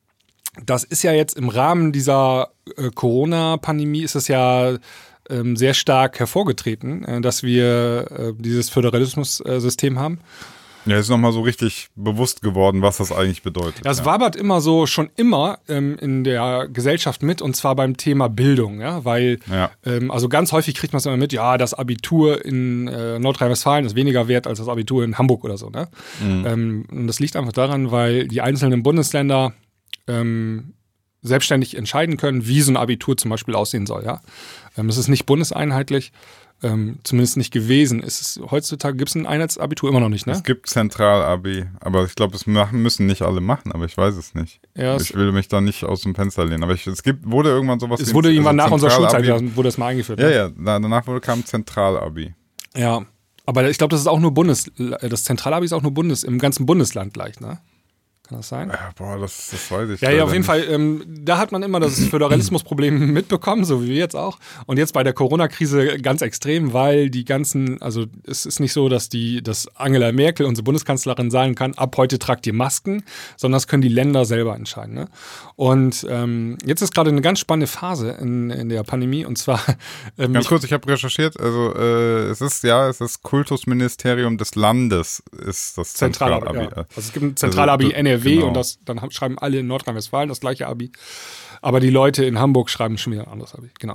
das ist ja jetzt im Rahmen dieser äh, Corona-Pandemie ist es ja ähm, sehr stark hervorgetreten, äh, dass wir äh, dieses Föderalismus-System haben. Ja, ist nochmal so richtig bewusst geworden, was das eigentlich bedeutet. Das ja. wabert immer so schon immer ähm, in der Gesellschaft mit und zwar beim Thema Bildung, ja, weil Ja. ähm, also ganz häufig kriegt man es immer mit, ja, das Abitur in äh, Nordrhein-Westfalen ist weniger wert als das Abitur in Hamburg oder so, ne? Ähm, und das liegt einfach daran, weil die einzelnen Bundesländer ähm, selbstständig entscheiden können, wie so ein Abitur zum Beispiel aussehen soll, ja. Ähm, es ist nicht bundeseinheitlich, ähm, zumindest nicht gewesen. Ist es, heutzutage gibt es ein Einheitsabitur immer noch nicht, ne? Es gibt Zentral-Abi, aber ich glaube, es machen, müssen nicht alle machen, aber ich weiß es nicht. Ja, es- ich will mich da nicht aus dem Fenster lehnen, aber ich, es gibt, wurde irgendwann sowas Es wie- wurde irgendwann also nach unserer Schulzeit, Zentral-Abi- da wurde das mal eingeführt. Ja, ne? ja, da- danach wurde, kam Zentral-Abi. Ja, aber ich glaube, das ist auch nur Bundes, das Zentralabi ist auch nur Bundes, im ganzen Bundesland gleich, ne? Kann das sein? Ja, boah, das, das weiß ich Ja, ja, leider auf jeden nicht. Fall, ähm, da hat man immer das Föderalismusproblem mitbekommen, so wie wir jetzt auch. Und jetzt bei der Corona-Krise ganz extrem, weil die ganzen, also es ist nicht so, dass die, dass Angela Merkel, unsere Bundeskanzlerin, sagen kann, ab heute tragt ihr Masken, sondern das können die Länder selber entscheiden. Ne? Und ähm, jetzt ist gerade eine ganz spannende Phase in, in der Pandemie und zwar ähm, Ganz ich- kurz, ich habe recherchiert, also äh, es ist, ja, es ist Kultusministerium des Landes, ist das Zentralabi. Zentral-Abi. Ja. Also es gibt ein Zentralabi Also, N R W genau. und das, dann haben- schreiben alle in Nordrhein-Westfalen das gleiche Abi. Aber die Leute in Hamburg schreiben schon wieder ein anderes Abi. Genau.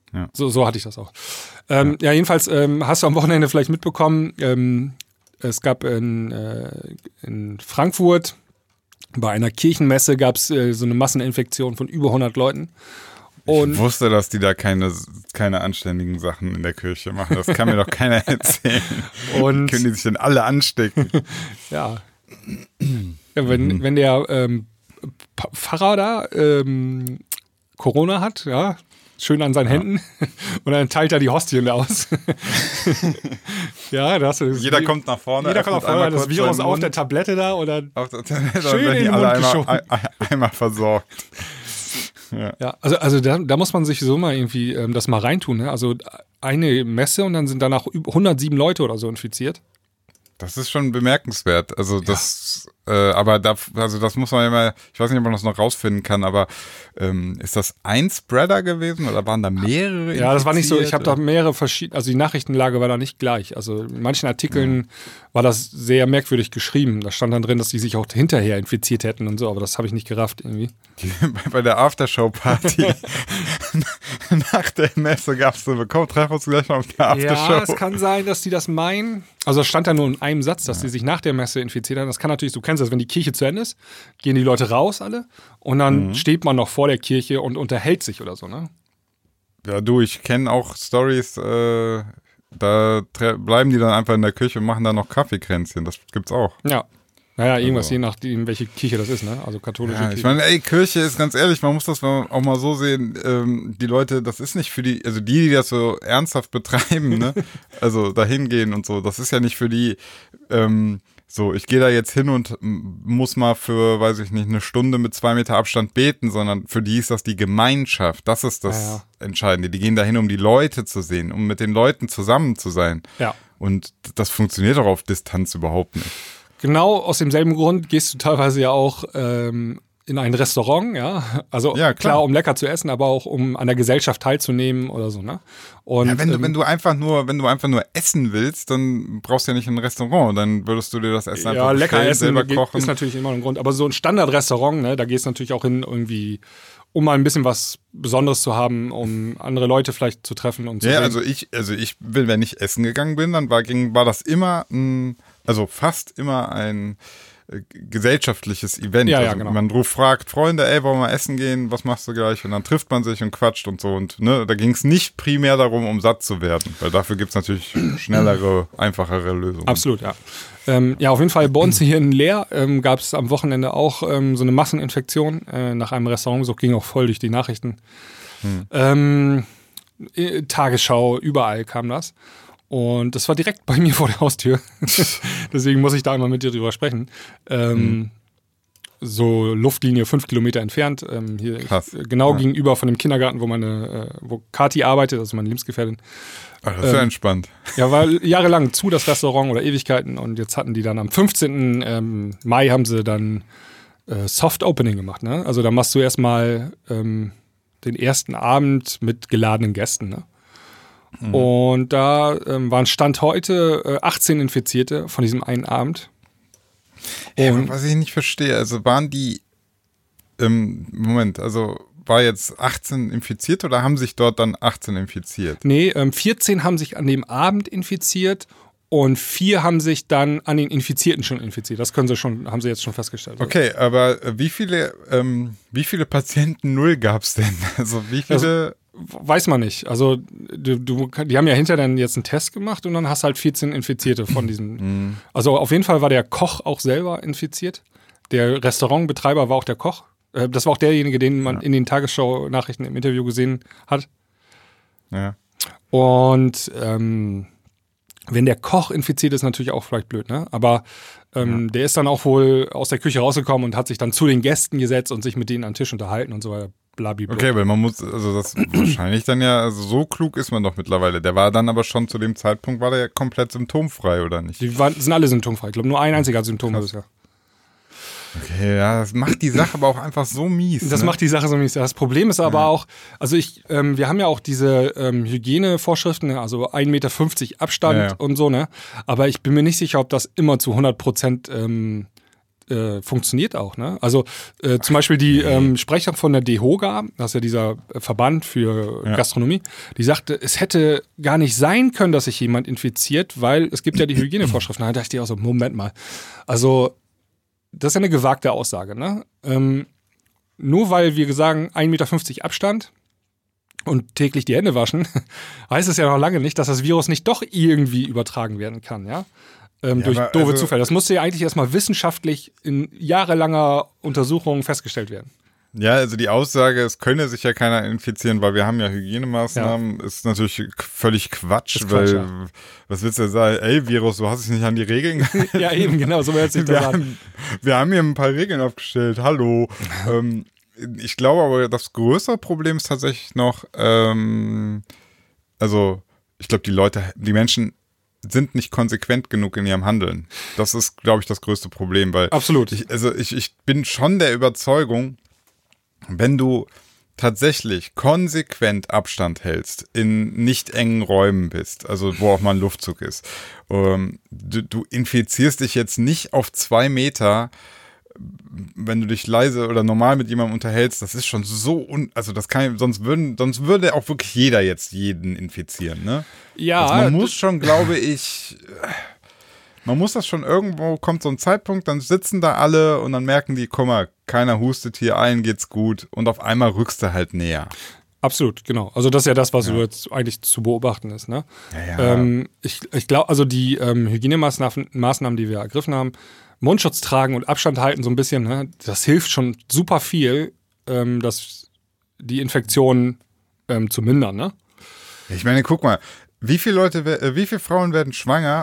Ja. So, so hatte ich das auch. Ähm, ja. ja, jedenfalls ähm, hast du am Wochenende vielleicht mitbekommen, ähm, es gab in, äh, in Frankfurt bei einer Kirchenmesse gab es äh, so eine Masseninfektion von über hundert Leuten. Und ich wusste, dass die da keine, keine anständigen Sachen in der Kirche machen. Das kann mir doch keiner erzählen. Und können die sich denn alle anstecken? Ja. ja wenn, mhm. wenn der ähm, Pfarrer da ähm, Corona hat, ja, schön an seinen ja. Händen und dann teilt er die Hostien aus. ja, das ist jeder kommt nach vorne. Jeder kommt nach vorne, hat das Virus auf der Tablette da oder auf der Tablette schön in den Mund alle einmal, einmal versorgt. Ja, ja also, also da, da muss man sich so mal irgendwie ähm, das mal reintun. Ne? Also eine Messe und dann sind danach hundertsieben Leute oder so infiziert. Das ist schon bemerkenswert. Also das, ja. äh, aber da, also das muss man ja mal, ich weiß nicht, ob man das noch rausfinden kann, aber ähm, ist das ein Spreader gewesen oder waren da mehrere? Ja, das war nicht so, ich habe da mehrere verschiedene, also die Nachrichtenlage war da nicht gleich. Also in manchen Artikeln ja. war das sehr merkwürdig geschrieben. Da stand dann drin, dass die sich auch hinterher infiziert hätten und so, aber das habe ich nicht gerafft irgendwie. Bei der Aftershow-Party nach der Messe gab es so, komm, treffen uns gleich mal auf der Aftershow. Ja, es kann sein, dass die das meinen. Also es stand da nur in einem Satz, dass ja. die sich nach der Messe infiziert haben. Das kann natürlich, du kennst das, wenn die Kirche zu Ende ist, gehen die Leute raus alle und dann mhm. steht man noch vor der Kirche und unterhält sich oder so, ne? Ja, du, ich kenne auch Storys, äh, da tre- bleiben die dann einfach in der Kirche und machen da noch Kaffeekränzchen. Das gibt's auch. Ja. Naja, irgendwas, also. je nachdem, welche Kirche das ist, ne? Also katholische ja, Kirche. Ich meine, ey, Kirche ist ganz ehrlich, man muss das auch mal so sehen, ähm, die Leute, das ist nicht für die, also die, die das so ernsthaft betreiben, ne? Also dahin gehen und so, das ist ja nicht für die, ähm, so, ich gehe da jetzt hin und muss mal für, weiß ich nicht, eine Stunde mit zwei Meter Abstand beten, sondern für die ist das die Gemeinschaft. Das ist das ja, ja. Entscheidende. Die gehen dahin, um die Leute zu sehen, um mit den Leuten zusammen zu sein. Ja. Und das funktioniert doch auf Distanz überhaupt nicht. Genau aus demselben Grund gehst du teilweise ja auch ähm, in ein Restaurant, ja. Also ja, klar. klar, um lecker zu essen, aber auch um an der Gesellschaft teilzunehmen oder so, ne? Und, ja, wenn du, ähm, wenn du einfach nur, wenn du einfach nur essen willst, dann brauchst du ja nicht ein Restaurant, dann würdest du dir das Essen ja, einfach lecker essen selber kochen. Ist natürlich immer ein Grund, aber so ein Standardrestaurant, ne, da gehst du natürlich auch hin irgendwie, um mal ein bisschen was Besonderes zu haben, um andere Leute vielleicht zu treffen und zu Ja, sehen. also ich, also ich will, wenn ich essen gegangen bin, dann war, ging, war das immer ein, also fast immer ein gesellschaftliches Event. Ja, also ja, genau. Man ruft, fragt Freunde, ey, wollen wir mal essen gehen? Was machst du gleich? Und dann trifft man sich und quatscht und so. Und ne, da ging es nicht primär darum, um satt zu werden, weil dafür gibt es natürlich schnellere, einfachere Lösungen. Absolut, ja. Ähm, ja, auf jeden Fall bei uns hier in Leer ähm, gab es am Wochenende auch ähm, so eine Masseninfektion äh, nach einem Restaurant. So ging auch voll durch die Nachrichten. Hm. Ähm, Tagesschau, überall kam das. Und das war direkt bei mir vor der Haustür. Deswegen muss ich da einmal mit dir drüber sprechen. Ähm, mhm. So Luftlinie fünf Kilometer entfernt. Ähm, hier Krass. Genau ja. gegenüber von dem Kindergarten, wo meine, äh, wo Kathi arbeitet, also meine Lebensgefährtin. Ach, das ist ähm, ja entspannt. Ja, war jahrelang zu, das Restaurant oder Ewigkeiten. Und jetzt hatten die dann am fünfzehnten Ähm, Mai haben sie dann äh, Soft Opening gemacht. Ne? Also da machst du erstmal ähm, den ersten Abend mit geladenen Gästen. Ne? Mhm. Und da ähm, waren Stand heute äh, achtzehn Infizierte von diesem einen Abend. Ja, was ich nicht verstehe, also waren die, ähm, Moment, also war jetzt achtzehn infiziert oder haben sich dort dann achtzehn infiziert? Nee, ähm, vierzehn haben sich an dem Abend infiziert und vier haben sich dann an den Infizierten schon infiziert. Das können sie schon, haben sie jetzt schon festgestellt. Okay, aber wie viele, ähm, wie viele Patienten Null gab es denn? Also wie viele... Also, weiß man nicht. Also du, du, die haben ja hinterher dann jetzt einen Test gemacht und dann hast halt vierzehn Infizierte von diesen. Also auf jeden Fall war der Koch auch selber infiziert. Der Restaurantbetreiber war auch der Koch. Das war auch derjenige, den man ja. in den Tagesschau-Nachrichten im Interview gesehen hat. Ja. Und ähm, wenn der Koch infiziert ist, natürlich auch vielleicht blöd, ne? Aber ähm, ja. der ist dann auch wohl aus der Küche rausgekommen und hat sich dann zu den Gästen gesetzt und sich mit denen an den Tisch unterhalten und so weiter. Blablabla. Okay, weil man muss, also das wahrscheinlich dann ja, also so klug ist man doch mittlerweile. Der war dann aber schon zu dem Zeitpunkt, war der ja komplett symptomfrei, oder nicht? Die waren, sind alle symptomfrei. Ich glaube, nur ein einziger hat Symptome bisher. Okay, ja, das macht die Sache aber auch einfach so mies. Das ne? macht die Sache so mies. Das Problem ist aber ja. auch, also ich, ähm, wir haben ja auch diese ähm, Hygienevorschriften, also ein Meter fünfzig Abstand ja, ja. und so, ne? Aber ich bin mir nicht sicher, ob das immer zu hundert Prozent ähm, äh, funktioniert auch. Ne? Also äh, zum Beispiel die ähm, Sprecherin von der DEHOGA, das ist ja dieser Verband für ja. Gastronomie, die sagte, es hätte gar nicht sein können, dass sich jemand infiziert, weil es gibt ja die Hygienevorschriften. Da dachte ich auch so, Moment mal. Also das ist ja eine gewagte Aussage. Ne? Ähm, nur weil wir sagen, ein Meter fünfzig Abstand und täglich die Hände waschen, heißt es ja noch lange nicht, dass das Virus nicht doch irgendwie übertragen werden kann, ja? Ähm, ja durch doofe also, Zufälle. Das musste ja eigentlich erstmal wissenschaftlich in jahrelanger Untersuchung festgestellt werden. Ja, also die Aussage, es könne sich ja keiner infizieren, weil wir haben ja Hygienemaßnahmen, ja. ist natürlich völlig Quatsch, ist weil, Quatsch, ja. was willst du sagen, ey Virus, du hast dich nicht an die Regeln gehalten. Ja eben, genau, so hört sich das an. Haben, wir haben hier ein paar Regeln aufgestellt, hallo. ähm, ich glaube aber, das größere Problem ist tatsächlich noch, ähm, also ich glaube, die Leute, die Menschen sind nicht konsequent genug in ihrem Handeln. Das ist, glaube ich, das größte Problem, weil absolut. Ich, also ich, ich bin schon der Überzeugung, wenn du tatsächlich konsequent Abstand hältst, in nicht engen Räumen bist, also wo auch mal ein Luftzug ist, ähm, du, du infizierst dich jetzt nicht auf zwei Meter, wenn du dich leise oder normal mit jemandem unterhältst, das ist schon so, un also das kann, sonst würden, sonst würde auch wirklich jeder jetzt jeden infizieren, ne? Ja. Also man muss schon, glaube ich, man muss das schon irgendwo, kommt so ein Zeitpunkt, dann sitzen da alle und dann merken die, guck mal, keiner hustet hier, allen geht's gut und auf einmal rückst du halt näher. Absolut, genau. Also das ist ja das, was ja. jetzt eigentlich zu beobachten ist, ne? Ja, ja. Ähm, ich ich glaube, also die ähm, Hygienemaßnahmen, Maßnahmen, die wir ergriffen haben, Mundschutz tragen und Abstand halten so ein bisschen, ne? Das hilft schon super viel, ähm, das, die Infektion ähm, zu mindern, ne? Ich meine, guck mal, wie viele Leute, äh, wie viele Frauen werden schwanger,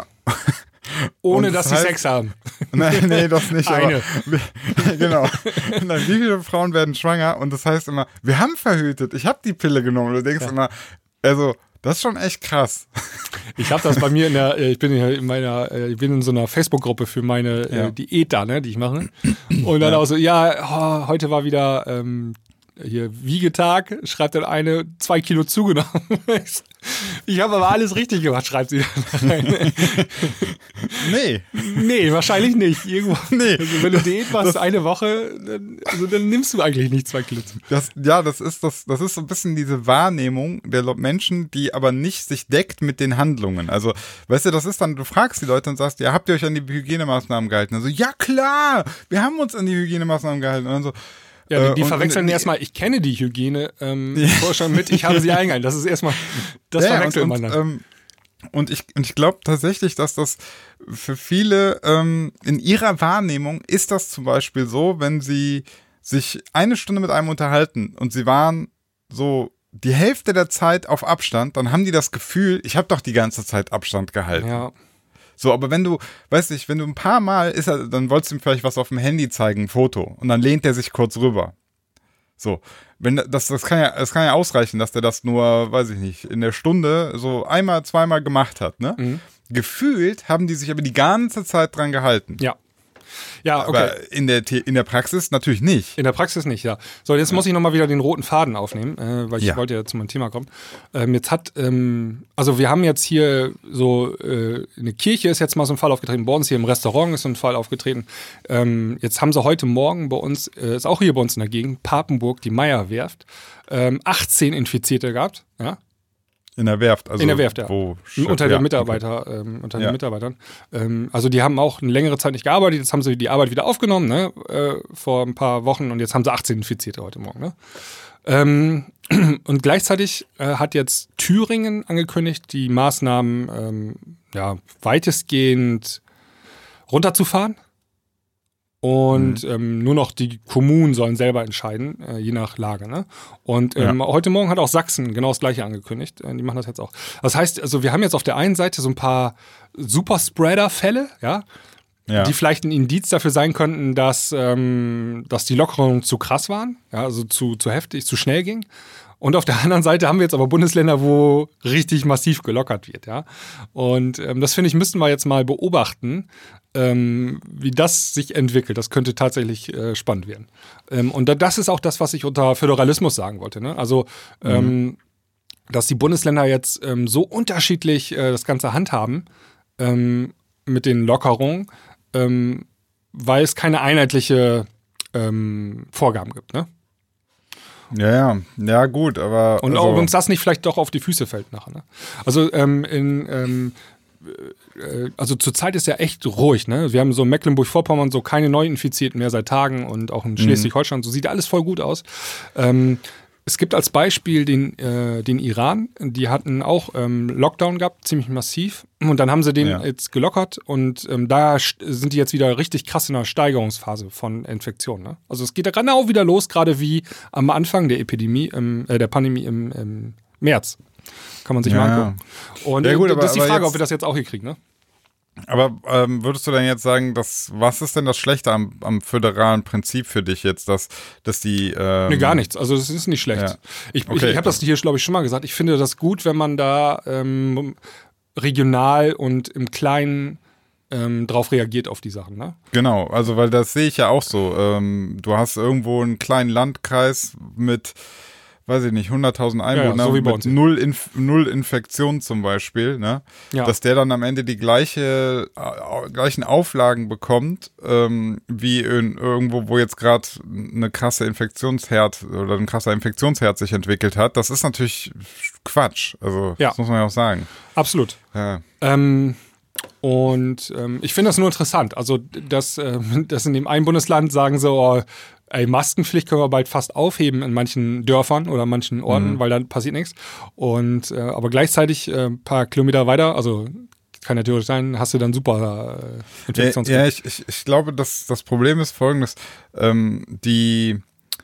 ohne dass sie Sex haben? Nein, nee, das nicht. Eine. Aber, genau. Nein, wie viele Frauen werden schwanger und das heißt immer, wir haben verhütet, ich habe die Pille genommen. Du denkst ja. immer, also das ist schon echt krass. Ich habe das bei mir in der, ich bin in meiner, ich bin in so einer Facebook-Gruppe für meine ja. äh, Diät da, ne, die ich mache. Und dann ja. auch so, ja, oh, heute war wieder ähm, hier Wiegetag, schreibt dann eine, zwei Kilo zugenommen. Ich habe aber alles richtig gemacht, schreibt sie dann. Nee. Nee, wahrscheinlich nicht. Irgendwo, nee. Also wenn du Diät machst, das, eine Woche, dann, also dann nimmst du eigentlich nicht zwei Kilo zu. Das, ja, das ist das, das ist so ein bisschen diese Wahrnehmung der Menschen, die aber nicht sich deckt mit den Handlungen. Also, weißt du, das ist dann, du fragst die Leute und sagst, ja, habt ihr euch an die Hygienemaßnahmen gehalten? Also, ja klar, wir haben uns an die Hygienemaßnahmen gehalten. Und dann so, Ja, die, die und, verwechseln und, erstmal, ich kenne die Hygiene ähm, ja. Vorstand mit, ich habe sie eingehalten. Das ist erstmal, das ja, verwechselt und, man dann. Und, ähm, und ich, und ich glaube tatsächlich, dass das für viele ähm, in ihrer Wahrnehmung ist das zum Beispiel so, wenn sie sich eine Stunde mit einem unterhalten und sie waren so die Hälfte der Zeit auf Abstand, dann haben die das Gefühl, ich habe doch die ganze Zeit Abstand gehalten. Ja. So, aber wenn du, weißt nicht, wenn du ein paar Mal ist er, dann wolltest du ihm vielleicht was auf dem Handy zeigen, ein Foto, und dann lehnt er sich kurz rüber. So, wenn das, das kann ja, das kann ja ausreichen, dass der das nur, weiß ich nicht, in der Stunde so einmal, zweimal gemacht hat, ne? Mhm. Gefühlt haben die sich aber die ganze Zeit dran gehalten. Ja. Ja, okay. Aber in der, in der Praxis natürlich nicht. In der Praxis nicht, ja. So, jetzt ja. muss ich nochmal wieder den roten Faden aufnehmen, äh, weil ich ja. wollte ja zu meinem Thema kommen. Ähm, jetzt hat, ähm, also wir haben jetzt hier so, äh, eine Kirche ist jetzt mal so ein Fall aufgetreten, bei uns hier im Restaurant ist so ein Fall aufgetreten. Ähm, jetzt haben sie heute Morgen bei uns, äh, ist auch hier bei uns in der Gegend, Papenburg, die Meierwerft, ähm, achtzehn Infizierte gehabt, ja. In der Werft, also in der Werft, ja. Wo unter ja, den Mitarbeiter, okay. ähm, unter ja. den Mitarbeitern. Ähm, also die haben auch eine längere Zeit nicht gearbeitet, jetzt haben sie die Arbeit wieder aufgenommen, ne, äh, vor ein paar Wochen, und jetzt haben sie achtzehn Infizierte heute Morgen, ne. Ähm, und gleichzeitig äh, hat jetzt Thüringen angekündigt, die Maßnahmen ähm, ja, weitestgehend runterzufahren. Und mhm. ähm, nur noch die Kommunen sollen selber entscheiden, äh, je nach Lage. Ne? Und ähm, ja. heute Morgen hat auch Sachsen genau das Gleiche angekündigt. Äh, die machen das jetzt auch. Das heißt, also wir haben jetzt auf der einen Seite so ein paar Superspreader-Fälle, ja, ja. die vielleicht ein Indiz dafür sein könnten, dass, ähm, dass die Lockerungen zu krass waren, ja, also zu, zu heftig, zu schnell ging. Und auf der anderen Seite haben wir jetzt aber Bundesländer, wo richtig massiv gelockert wird, ja. Und ähm, das, finde ich, müssten wir jetzt mal beobachten, ähm, wie das sich entwickelt. Das könnte tatsächlich äh, spannend werden. Ähm, und das ist auch das, was ich unter Föderalismus sagen wollte, ne? Also, mhm. ähm, dass die Bundesländer jetzt ähm, so unterschiedlich äh, das Ganze handhaben ähm, mit den Lockerungen, ähm, weil es keine einheitliche ähm, Vorgaben gibt, ne? Ja, ja, ja, gut, aber. Und also, ob uns das nicht vielleicht doch auf die Füße fällt nachher. Ne? Also, ähm, in, ähm, äh, also zurzeit ist ja echt ruhig. Ne? Wir haben so in Mecklenburg-Vorpommern so keine Neuinfizierten mehr seit Tagen und auch in Schleswig-Holstein. So sieht alles voll gut aus. Ähm, es gibt als Beispiel den, äh, den Iran. Die hatten auch ähm, Lockdown gehabt, ziemlich massiv. Und dann haben sie den Ja. jetzt gelockert. Und ähm, da st- sind die jetzt wieder richtig krass in der Steigerungsphase von Infektionen. Ne? Also es geht genau wieder los, gerade wie am Anfang der Epidemie, im, äh, der Pandemie im, im März. Kann man sich Ja, mal ja. angucken. Und Ja, gut, äh, aber- das ist die aber Frage, jetzt- ob wir das jetzt auch hier kriegen. Ne? Aber ähm, würdest du denn jetzt sagen, dass, was ist denn das Schlechte am, am föderalen Prinzip für dich jetzt, dass, dass die. Ähm, Nee, gar nichts. Also das ist nicht schlecht. Ja. Ich, Okay. ich, ich habe das hier, glaube ich, schon mal gesagt. Ich finde das gut, wenn man da ähm, regional und im Kleinen ähm, drauf reagiert auf die Sachen. Ne? Genau, also weil das sehe ich ja auch so. Ähm, du hast irgendwo einen kleinen Landkreis mit, weiß ich nicht, hunderttausend Einwohnern, Ja, ja, so wie bei mit uns. null, Inf null Infektion zum Beispiel, ne? Ja. Dass der dann am Ende die gleiche, äh, gleichen Auflagen bekommt, ähm, wie in irgendwo, wo jetzt gerade eine krasse Infektionsherd oder ein krasser Infektionsherd sich entwickelt hat. Das ist natürlich Quatsch. Also Ja. das muss man ja auch sagen. Absolut. Ja. Ähm, und ähm, ich finde das nur interessant. Also, dass, ähm, dass in dem einen Bundesland sagen so, oh, ey, Maskenpflicht können wir bald fast aufheben in manchen Dörfern oder manchen Orten, Mhm. weil dann passiert nichts. Und äh, aber gleichzeitig äh, ein paar Kilometer weiter, also kann natürlich sein, hast du dann super äh, Ja, Infektionsgefahr. ja ich, ich, ich glaube, dass das Problem ist folgendes. Ähm, die,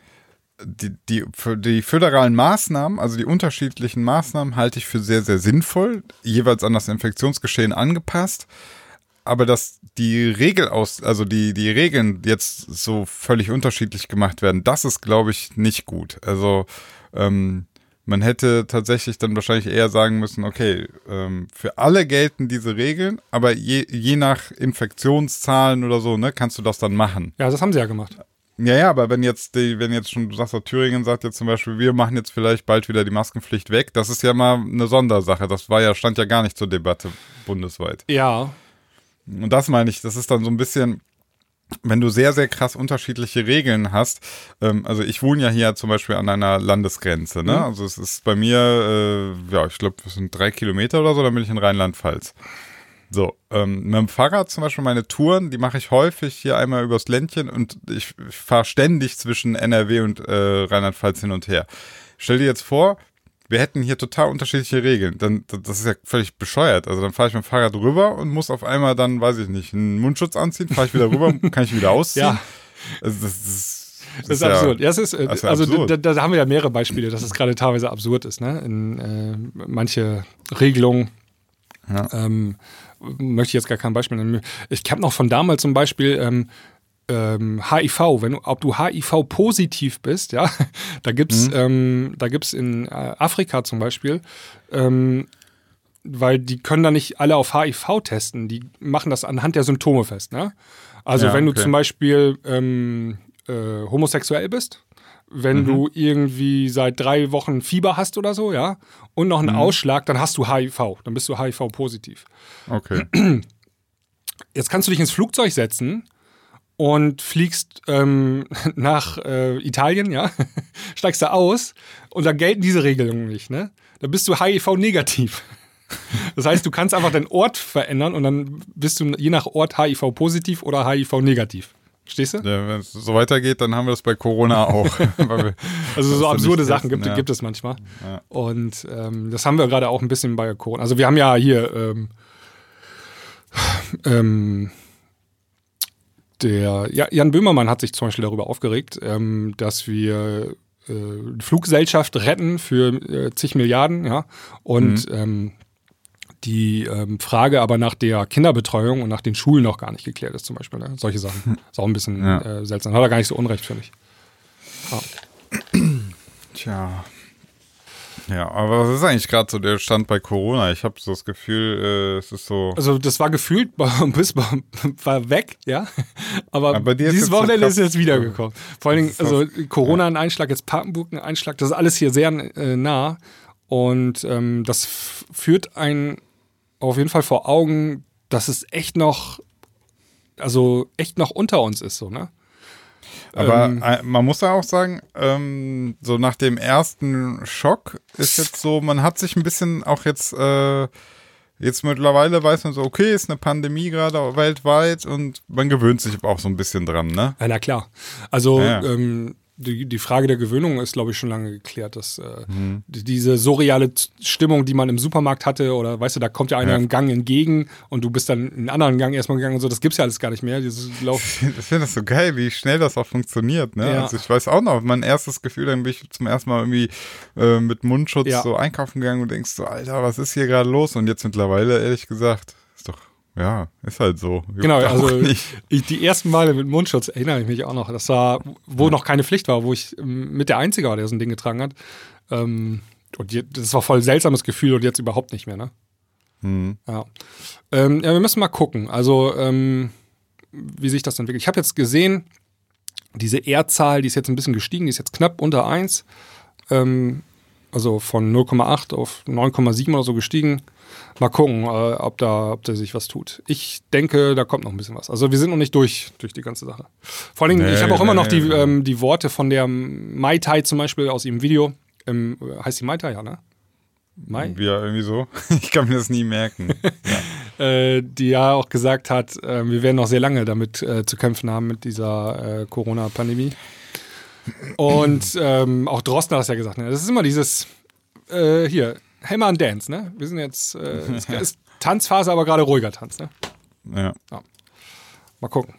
die, die, für die föderalen Maßnahmen, also die unterschiedlichen Maßnahmen, halte ich für sehr, sehr sinnvoll, jeweils an das Infektionsgeschehen angepasst. Aber dass die Regel aus, also die, die Regeln jetzt so völlig unterschiedlich gemacht werden, das ist, glaube ich, nicht gut. Also ähm, man hätte tatsächlich dann wahrscheinlich eher sagen müssen, okay, ähm, für alle gelten diese Regeln, aber je, je nach Infektionszahlen oder so, ne, kannst du das dann machen. Ja, das haben sie ja gemacht. Ja, ja, aber wenn jetzt die, wenn jetzt schon, du sagst, Thüringen sagt jetzt zum Beispiel, wir machen jetzt vielleicht bald wieder die Maskenpflicht weg, das ist ja mal eine Sondersache. Das war ja, stand ja gar nicht zur Debatte bundesweit. Ja. Und das meine ich, das ist dann so ein bisschen, wenn du sehr, sehr krass unterschiedliche Regeln hast. Ähm, also ich wohne ja hier zum Beispiel an einer Landesgrenze, ne? Mhm. Also es ist bei mir, äh, ja, ich glaube, es sind drei Kilometer oder so, dann bin ich in Rheinland-Pfalz. So, ähm, mit dem Fahrrad zum Beispiel meine Touren, die mache ich häufig hier einmal übers Ländchen und ich, ich fahre ständig zwischen N R W und äh, Rheinland-Pfalz hin und her. Stell dir jetzt vor, wir hätten hier total unterschiedliche Regeln. Dann, das ist ja völlig bescheuert. Also dann fahre ich mit dem Fahrrad rüber und muss auf einmal dann, weiß ich nicht, einen Mundschutz anziehen, fahre ich wieder rüber, kann ich wieder ausziehen. Ja. Also das, das, Das ist ja, absurd. Ja, es ist, äh, das ist ja also absurd. da, da haben wir ja mehrere Beispiele, dass es gerade teilweise absurd ist. Ne? In äh, manche Regelungen Ja. ähm, möchte ich jetzt gar kein Beispiel nennen. Ich habe noch von damals zum Beispiel ähm, ähm, H I V, wenn du, ob du H I V-positiv bist, ja, da gibt's, Mhm. ähm, da gibt's in äh, Afrika zum Beispiel, ähm, weil die können da nicht alle auf H I V testen, die machen das anhand der Symptome fest, ne? Also Ja, wenn du okay. zum Beispiel ähm, äh, homosexuell bist, wenn Mhm. du irgendwie seit drei Wochen Fieber hast oder so, ja, und noch einen Mhm. Ausschlag, dann hast du H I V, dann bist du H I V-positiv. Okay. Jetzt kannst du dich ins Flugzeug setzen und fliegst ähm, nach äh, Italien, ja, steigst da aus und da gelten diese Regelungen nicht, ne? Da bist du H I V-negativ. Das heißt, du kannst einfach deinen Ort verändern und dann bist du je nach Ort H I V-positiv oder H I V-negativ. Verstehst du? Ja, wenn es so weitergeht, dann haben wir das bei Corona auch. Weil wir Also das so dann absurde nicht Sachen testen, gibt, ja. gibt es manchmal. Ja. Und ähm, das haben wir gerade auch ein bisschen bei Corona. Also wir haben ja hier ähm, ähm, der ja, Jan Böhmermann hat sich zum Beispiel darüber aufgeregt, ähm, dass wir äh, Fluggesellschaft retten für äh, zig Milliarden, ja. Und Mhm. ähm, die ähm, Frage aber nach der Kinderbetreuung und nach den Schulen noch gar nicht geklärt ist, zum Beispiel. Ne? Solche Sachen. Ist auch ein bisschen Ja. äh, seltsam. Hat er gar nicht so unrecht, finde ich. Tja. Ja, aber was ist eigentlich gerade so der Stand bei Corona? Ich habe so das Gefühl, äh, es ist so. Also das war gefühlt, bis war weg, ja. Aber, Aber dir ist dieses jetzt so Wochenende krass- ist jetzt wiedergekommen. Vor allen Dingen, Das ist also auf- Corona ein Einschlag, jetzt Papenburg ein Einschlag, das ist alles hier sehr äh, nah. Und ähm, das f- führt einen auf jeden Fall vor Augen, dass es echt noch also echt noch unter uns ist, so, ne? Aber Ähm, äh, man muss ja auch sagen, ähm, so nach dem ersten Schock ist jetzt so, man hat sich ein bisschen auch jetzt, äh, jetzt mittlerweile weiß man so, okay, ist eine Pandemie gerade weltweit und man gewöhnt sich auch so ein bisschen dran, ne? Ja, na klar. Also Ja. ähm, die, die Frage der Gewöhnung ist, glaube ich, schon lange geklärt. Dass, äh, Mhm. die, diese surreale Z- Stimmung, die man im Supermarkt hatte, oder weißt du, da kommt ja einer Ja. im Gang entgegen und du bist dann in einen anderen Gang erstmal gegangen und so, das gibt's ja alles gar nicht mehr. Dieses Lauf. Ich finde das so geil, wie schnell das auch funktioniert, ne? Ja. Also ich weiß auch noch, mein erstes Gefühl, dann bin ich zum ersten Mal irgendwie äh, mit Mundschutz Ja. so einkaufen gegangen und denkst so, Alter, was ist hier gerade los? Und jetzt mittlerweile, ehrlich gesagt, ist doch, ja, ist halt so. Juckt Genau, auch also nicht. ich, die ersten Male mit Mundschutz erinnere ich mich auch noch. Das war, wo noch keine Pflicht war, wo ich ähm, mit der Einzige war, der so ein Ding getragen hat. Ähm, und je, das war voll ein seltsames Gefühl und jetzt überhaupt nicht mehr, ne? Hm. Ja. Ähm, ja, wir müssen mal gucken, also ähm, wie sich das entwickelt. Ich habe jetzt gesehen, diese R-Zahl, die ist jetzt ein bisschen gestiegen, die ist jetzt knapp unter eins. Ähm, also von null Komma acht auf neun Komma sieben oder so gestiegen. Mal gucken, äh, ob, da, ob da sich was tut. Ich denke, da kommt noch ein bisschen was. Also wir sind noch nicht durch, durch die ganze Sache. Vor allem, Nee, ich habe auch nee, immer noch die, nee. ähm, die Worte von der Mai Tai zum Beispiel aus ihrem Video. Ähm, heißt die Mai Tai, ja, ne? Mai? Ja, irgendwie so. Ich kann mir das nie merken. Äh, die ja auch gesagt hat, äh, wir werden noch sehr lange damit äh, zu kämpfen haben mit dieser äh, Corona-Pandemie. Und ähm, auch Drosten hat das ja gesagt. Ne? Das ist immer dieses, äh, hier, Hammer and Dance, ne? Wir sind jetzt, äh, es ist Tanzphase, aber gerade ruhiger Tanz, ne? Ja. Mal gucken.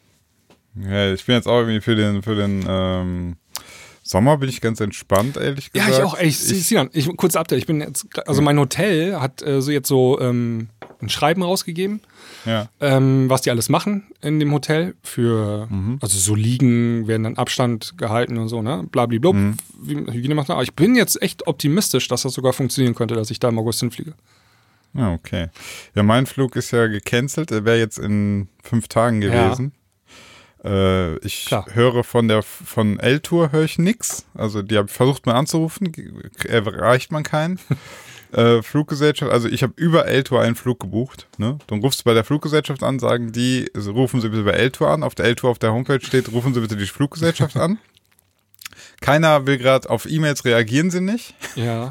Ja, ich bin jetzt auch irgendwie für den, für den ähm, Sommer bin ich ganz entspannt, ehrlich Ja, gesagt. ich auch. Ey, ich, ich, Sinan, ich, kurz Update. Ich bin jetzt, also mein Hotel hat äh, so jetzt so ähm, ein Schreiben rausgegeben, Ja. ähm, was die alles machen in dem Hotel. Für, Mhm. also so Liegen werden dann Abstand gehalten und so, ne? Blablablub. Mhm. Wie- Hygiene macht Aber ich bin jetzt echt optimistisch, dass das sogar funktionieren könnte, dass ich da im August hinfliege. Ja, okay. Ja, mein Flug ist ja gecancelt. Er wäre jetzt in fünf Tagen gewesen. Äh, ich Klar. höre von der von L-Tour höre ich nix. Also die haben versucht mal anzurufen, ge- erreicht man keinen. äh, Fluggesellschaft, also ich habe über L-Tour einen Flug gebucht. Ne? Dann rufst du bei der Fluggesellschaft an, sagen die, also rufen Sie bitte bei L-Tour an. Auf der L-Tour auf der Homepage steht, rufen Sie bitte die Fluggesellschaft an. Keiner will gerade auf E-Mails reagieren, sie nicht. Ja.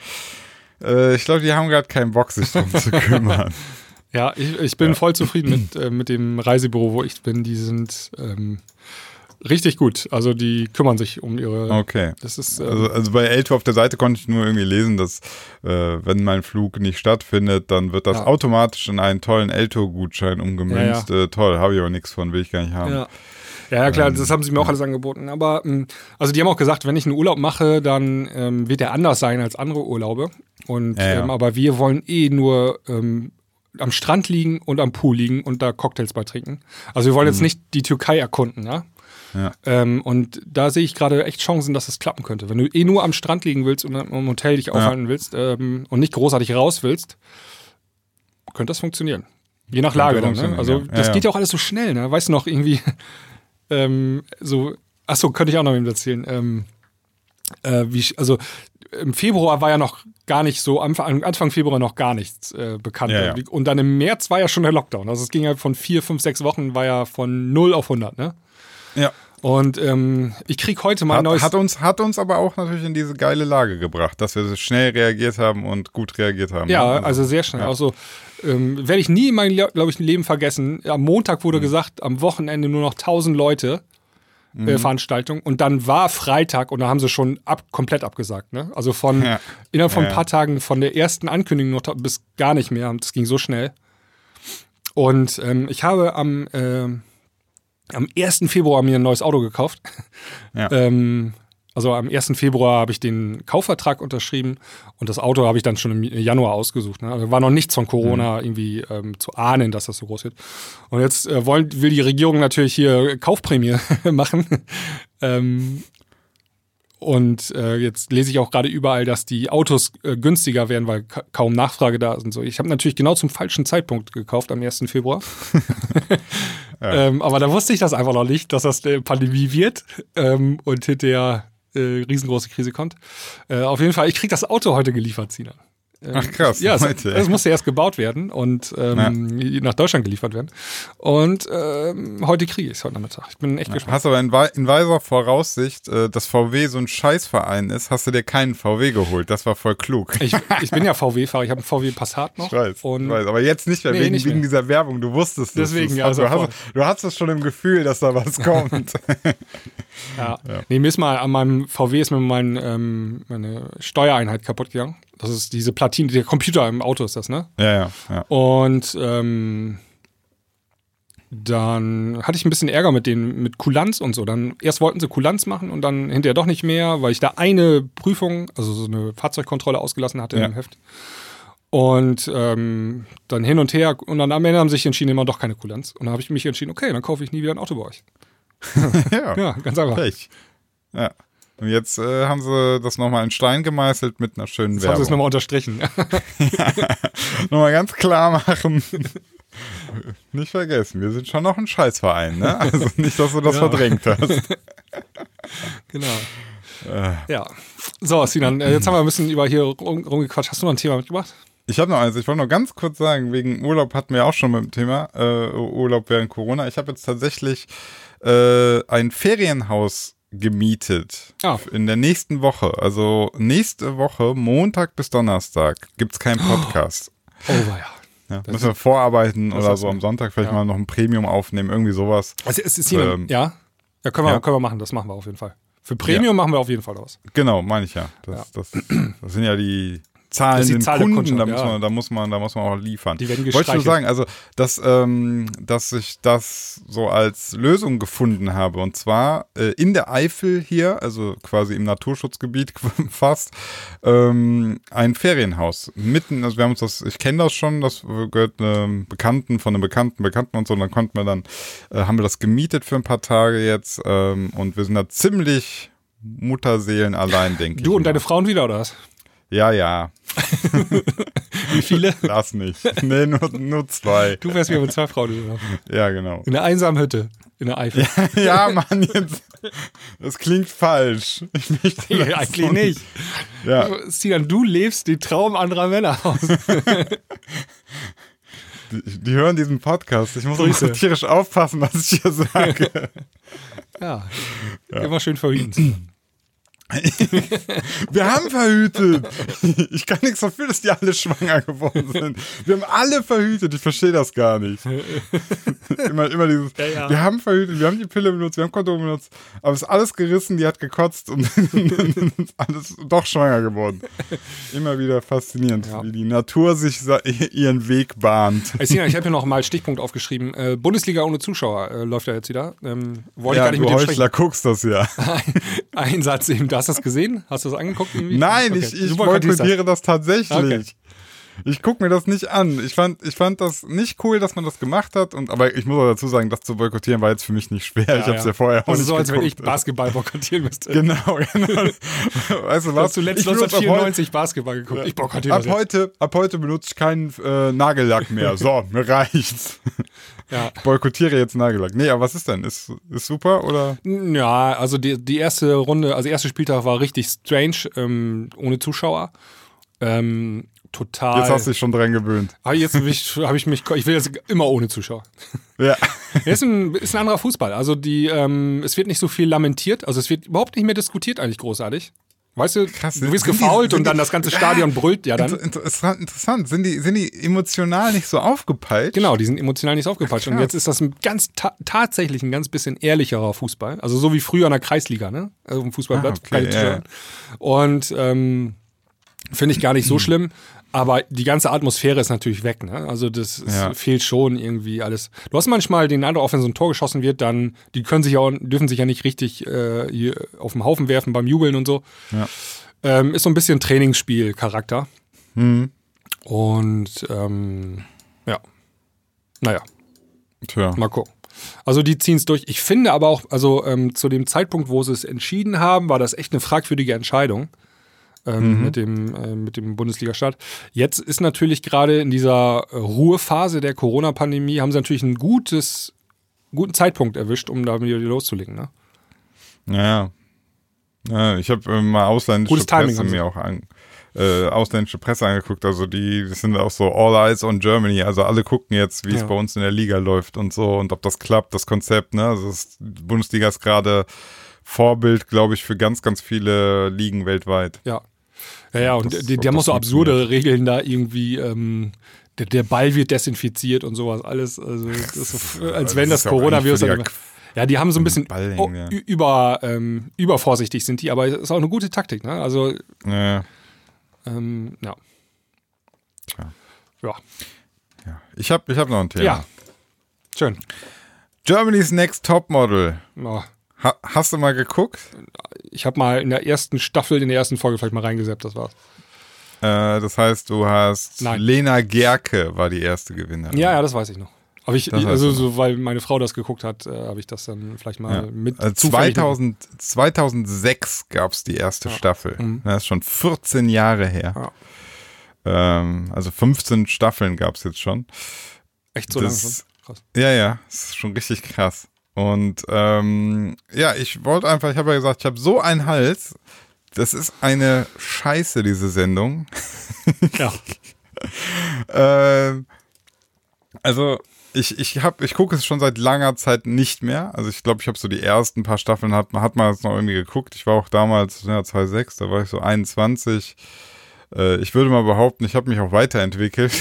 Äh, ich glaube, die haben gerade keinen Bock, sich drum zu kümmern. Ja, ich, ich bin voll zufrieden mit, äh, mit dem Reisebüro, wo ich bin. Die sind ähm, richtig gut. Also die kümmern sich um ihre. Okay. Das ist äh, Also, also bei L-Tour auf der Seite konnte ich nur irgendwie lesen, dass äh, wenn mein Flug nicht stattfindet, dann wird das Ja. automatisch in einen tollen L-Tour-Gutschein umgemünzt. Ja, Äh, toll, habe ich aber nichts von, will ich gar nicht haben. ja. Ja, ja, klar, das haben sie mir auch alles angeboten. Aber ähm, also die haben auch gesagt, wenn ich einen Urlaub mache, dann ähm, wird der anders sein als andere Urlaube. Und Ja, ja. Ähm, aber wir wollen eh nur ähm, am Strand liegen und am Pool liegen und da Cocktails bei trinken. Also wir wollen jetzt nicht die Türkei erkunden, ja. Ja. Ähm, und da sehe ich gerade echt Chancen, dass es klappen könnte. Wenn du eh nur am Strand liegen willst und im Hotel dich aufhalten willst ähm, und nicht großartig raus willst, könnte das funktionieren. Je nach Lage dann, ne? funktionieren, Also ja. das Ja, geht ja. ja auch alles so schnell, ne? Weißt du noch, irgendwie ähm, so, achso, könnte ich auch noch eben erzählen. Ähm, äh, wie, ich- also im Februar war ja noch gar nicht so, Anfang, Anfang Februar noch gar nichts äh, bekannt. Ja, ja. Und dann im März war ja schon der Lockdown. Also es ging ja von vier, fünf, sechs Wochen, war ja von null auf hundert, ne? Ja. Und ähm, ich krieg heute mal ein Hat, neues... hat, uns, hat uns aber auch natürlich in diese geile Lage gebracht, dass wir so schnell reagiert haben und gut reagiert haben. Ja, ne? also sehr schnell. ja. Also ähm, werde ich nie in meinem, glaube ich, Leben vergessen. Am Montag wurde gesagt, am Wochenende nur noch tausend Leute äh, Veranstaltung. Und dann war Freitag und da haben sie schon ab, komplett abgesagt. Ne? Also von Ja. innerhalb von Ja, ein paar ja. Tagen von der ersten Ankündigung noch bis gar nicht mehr. Das ging so schnell. Und ähm, ich habe am, ähm, am ersten Februar mir ein neues Auto gekauft. Ja. ähm, also am ersten Februar habe ich den Kaufvertrag unterschrieben und das Auto habe ich dann schon im Januar ausgesucht. Ne? Also war noch nichts von Corona Mhm. irgendwie ähm, zu ahnen, dass das so groß wird. Und jetzt äh, wollen, will die Regierung natürlich hier Kaufprämie machen. ähm, und äh, jetzt lese ich auch gerade überall, dass die Autos äh, günstiger werden, weil ka kaum Nachfrage da ist und so. Ich habe natürlich genau zum falschen Zeitpunkt gekauft, am ersten Februar. Ja. ähm, aber da wusste ich das einfach noch nicht, dass das eine Pandemie wird ähm, und hinterher äh, riesengroße Krise kommt. Äh, auf jeden Fall, ich krieg das Auto heute geliefert, Sina. Ähm, Ach krass, ja, es, heute, es musste erst gebaut werden und ähm, ja. nach Deutschland geliefert werden. Und ähm, heute kriege ich es, heute Nachmittag. Ich bin echt Ja, gespannt. hast aber in, in weiser Voraussicht, äh, dass V W so ein Scheißverein ist, hast du dir keinen V W geholt. Das war voll klug. Ich, ich bin ja V W-Fahrer, ich habe einen V W Passat noch. Ich weiß, und ich weiß, aber jetzt nicht mehr, nee, wegen, nicht wegen mehr. dieser Werbung. Du wusstest es. Deswegen, ja, also, du, sofort. hast, du hast es schon im Gefühl, dass da was kommt. Ja. Ja. Nee, mir ist mal an meinem V W ist mir mein, ähm, meine Steuereinheit kaputt gegangen. Das ist diese Platine, der Computer im Auto ist das, ne? ja, ja, ja. Und ähm, dann hatte ich ein bisschen Ärger mit denen, mit Kulanz und so. Dann erst wollten sie Kulanz machen und dann hinterher doch nicht mehr, weil ich da eine Prüfung, also so eine Fahrzeugkontrolle ausgelassen hatte Ja. im Heft. Und ähm, dann hin und her und dann am Ende haben sie sich entschieden, immer doch keine Kulanz. Und dann habe ich mich entschieden, okay, dann kaufe ich nie wieder ein Auto bei euch. ja. Ja, ganz einfach. Pech. Ja. Und jetzt äh, haben sie das nochmal in Stein gemeißelt mit einer schönen Jetzt haben sie es Werbung. nochmal unterstrichen. Nochmal ganz klar machen. Nicht vergessen, wir sind schon noch ein Scheißverein, ne? Also nicht, dass du das Ja. verdrängt hast. Genau. Äh. Ja. So, Sinan, äh, jetzt haben wir ein bisschen über hier rum, rumgequatscht. Hast du noch ein Thema mitgebracht? Ich habe noch eins, ich wollte noch ganz kurz sagen, wegen Urlaub hatten wir auch schon mit dem Thema, äh, Urlaub während Corona. Ich habe jetzt tatsächlich äh, ein Ferienhaus gemietet Ah. in der nächsten Woche. Also nächste Woche, Montag bis Donnerstag, gibt es keinen Podcast. Oh, ja. Ja, müssen wir vorarbeiten das oder ist so gut. am Sonntag vielleicht Ja. mal noch ein Premium aufnehmen, irgendwie sowas. Also es ist hier, Ähm, ja? Ja, können wir, ja. können wir machen, das machen wir auf jeden Fall. Für Premium machen wir auf jeden Fall was. Genau, meine ich ja. Das, Ja. Das, das sind ja die zahlenden Zahl der Kunden, da Kundschaft, muss, ja. man, da, muss man, da muss man auch liefern. Die werden Wolltest du gestreichelt. sagen, also, dass, ähm, dass ich das so als Lösung gefunden habe, und zwar äh, in der Eifel hier, also quasi im Naturschutzgebiet fast, ähm, ein Ferienhaus mitten, also wir haben uns das, ich kenne das schon, das gehört einem Bekannten von einem Bekannten, Bekannten und so, und dann konnten wir dann, äh, haben wir das gemietet für ein paar Tage jetzt, ähm, und wir sind da ziemlich Mutterseelen allein, denke ich. Du und mal. deine Frauen wieder, oder was? Ja, ja. Wie viele? Das nicht. Nee, nur, nur zwei. Du wärst wieder mit zwei Frauen. Oder? Ja, genau. In einer einsamen Hütte. In der Eifel. Ja, Mann, jetzt. Das klingt falsch. Ich möchte Ja, das eigentlich so- nicht. Ja. Sinan, du lebst den Traum anderer Männer aus. Die, die hören diesen Podcast. Ich muss Grüße. auch tierisch aufpassen, was ich hier sage. Ja. Immer schön verhüten. Wir haben verhütet. Ich kann nichts dafür, dass die alle schwanger geworden sind. Wir haben alle verhütet. Ich verstehe das gar nicht. Immer, immer dieses, Ja, ja. wir haben verhütet, wir haben die Pille benutzt, wir haben Kondom benutzt, aber es ist alles gerissen, die hat gekotzt und ist alles doch schwanger geworden. Immer wieder faszinierend, Ja. wie die Natur sich sa- ihren Weg bahnt. Hey, Sinan, ich habe hier noch mal Stichpunkt aufgeschrieben. Äh, Bundesliga ohne Zuschauer äh, läuft ja jetzt wieder. Ähm, wollte ich Ja, gar nicht du mit dir Heuchler sprechen. guckst das ja. Ein Satz eben. Hast du das gesehen? Hast du das angeguckt? Irgendwie? Nein, Okay. ich, ich Du boykottierst boykottiere das tatsächlich. Okay. Ich gucke mir das nicht an. Ich fand, ich fand das nicht cool, dass man das gemacht hat. Und, aber ich muss auch dazu sagen, das zu boykottieren war jetzt für mich nicht schwer. ich habe es ja vorher auch Also nicht so, als wenn ich geguckt. Basketball boykottieren müsste. Genau, genau. Weißt du Du was? hast zuletzt Ich benutze ab neunzehnhundertvierundneunzig Basketball geguckt. Ich boykottiere Ab das jetzt. heute, ab heute benutze ich keinen äh, Nagellack mehr. So, mir reicht's. Ja. Ich boykottiere jetzt Nagellack. Nee, aber was ist denn? Ist, ist super oder? Ja, also die, die erste Runde, also der erste Spieltag war richtig strange, ähm, ohne Zuschauer. Ähm, total. Jetzt hast du dich schon dran gewöhnt. Aber jetzt habe ich, hab ich mich, ich will jetzt immer ohne Zuschauer. Ja. Es ist ein, ist ein anderer Fußball. Also die, ähm, es wird nicht so viel lamentiert, also es wird überhaupt nicht mehr diskutiert eigentlich großartig. Weißt du, Krass, du wirst sind die- gefoult sind und dann die- das ganze Stadion brüllt ja dann. Inter inter interessant. Sind die, sind die emotional nicht so aufgepeitscht? Genau, die sind emotional nicht aufgepeitscht. Ach, Und krass. jetzt ist das ein ganz ta tatsächlich ein ganz bisschen ehrlicherer Fußball. Also so wie früher in der Kreisliga, ne? Also im Fußballblatt. Ah, okay, keine ja, Zuschauer. Und ähm, finde ich gar nicht so schlimm. Aber die ganze Atmosphäre ist natürlich weg, ne? Also das ist, Ja. fehlt schon irgendwie alles. Du hast manchmal den Eindruck, auch wenn so ein Tor geschossen wird, dann, die können sich ja auch, dürfen sich ja nicht richtig äh, hier auf den Haufen werfen beim Jubeln und so. Ja. Ähm, ist so ein bisschen Trainingsspiel-Charakter. Mhm. Und ähm, ja. Naja. Tja. Mal gucken. Also die ziehen es durch. Ich finde aber auch, also ähm, zu dem Zeitpunkt, wo sie es entschieden haben, war das echt eine fragwürdige Entscheidung ähm, Mhm. mit dem, äh, mit dem Bundesliga-Start. Jetzt ist natürlich gerade in dieser äh, Ruhephase der Corona-Pandemie, haben sie natürlich einen gutes, guten Zeitpunkt erwischt, um da wieder loszulegen. Ne? Ja. Ja, ich habe äh, mal ausländische Gutes Timing Presse haben sie. mir auch an, äh, ausländische Presse angeguckt. Also die das sind auch so All Eyes on Germany. Also alle gucken jetzt, wie ja. es bei uns in der Liga läuft und so und ob das klappt, das Konzept. Ne? Also das, die Bundesliga ist gerade Vorbild, glaube ich, für ganz, ganz viele Ligen weltweit. Ja, ja, ja und das, die, die haben auch so absurde Regeln da irgendwie. Ähm, der, der Ball wird desinfiziert und sowas alles. Also das ist so, als wenn das, das Coronavirus. Ja, die haben so ein bisschen Ball oh, hängen, ja. über, ähm, übervorsichtig sind die, aber es ist auch eine gute Taktik, ne? Also, ja. Ähm, ja. Tja. Ja. ja. Ich habe ich hab noch ein Thema. Ja. Schön. Germany's Next Topmodel. Oh. Ha, hast du mal geguckt? Ich habe mal in der ersten Staffel, in der ersten Folge vielleicht mal reingesetzt, das war's. Äh, das heißt, du hast Nein. Lena Gerke war die erste Gewinnerin. Ja, ja, das weiß ich noch. Aber ich, ich also so, weil meine Frau das geguckt hat, äh, habe ich das dann vielleicht mal ja. mit also zweitausend, zweitausendsechs gab es die erste ja. Staffel. Mhm. Das ist schon vierzehn Jahre her. Ja. Ähm, also fünfzehn Staffeln gab es jetzt schon. Echt so das, lange schon? Krass. Ja, ja, das ist schon richtig krass. Und ähm, ja, ich wollte einfach, ich habe ja gesagt, ich habe so einen Hals. Das ist eine Scheiße, diese Sendung. Ja. ähm, also Ich, ich, hab, ich gucke es schon seit langer Zeit nicht mehr. Also ich glaube, ich habe so die ersten paar Staffeln, hat, hat man jetzt noch irgendwie geguckt. Ich war auch damals, ja, zweitausendsechs, da war ich so einundzwanzig. Äh, ich würde mal behaupten, ich habe mich auch weiterentwickelt.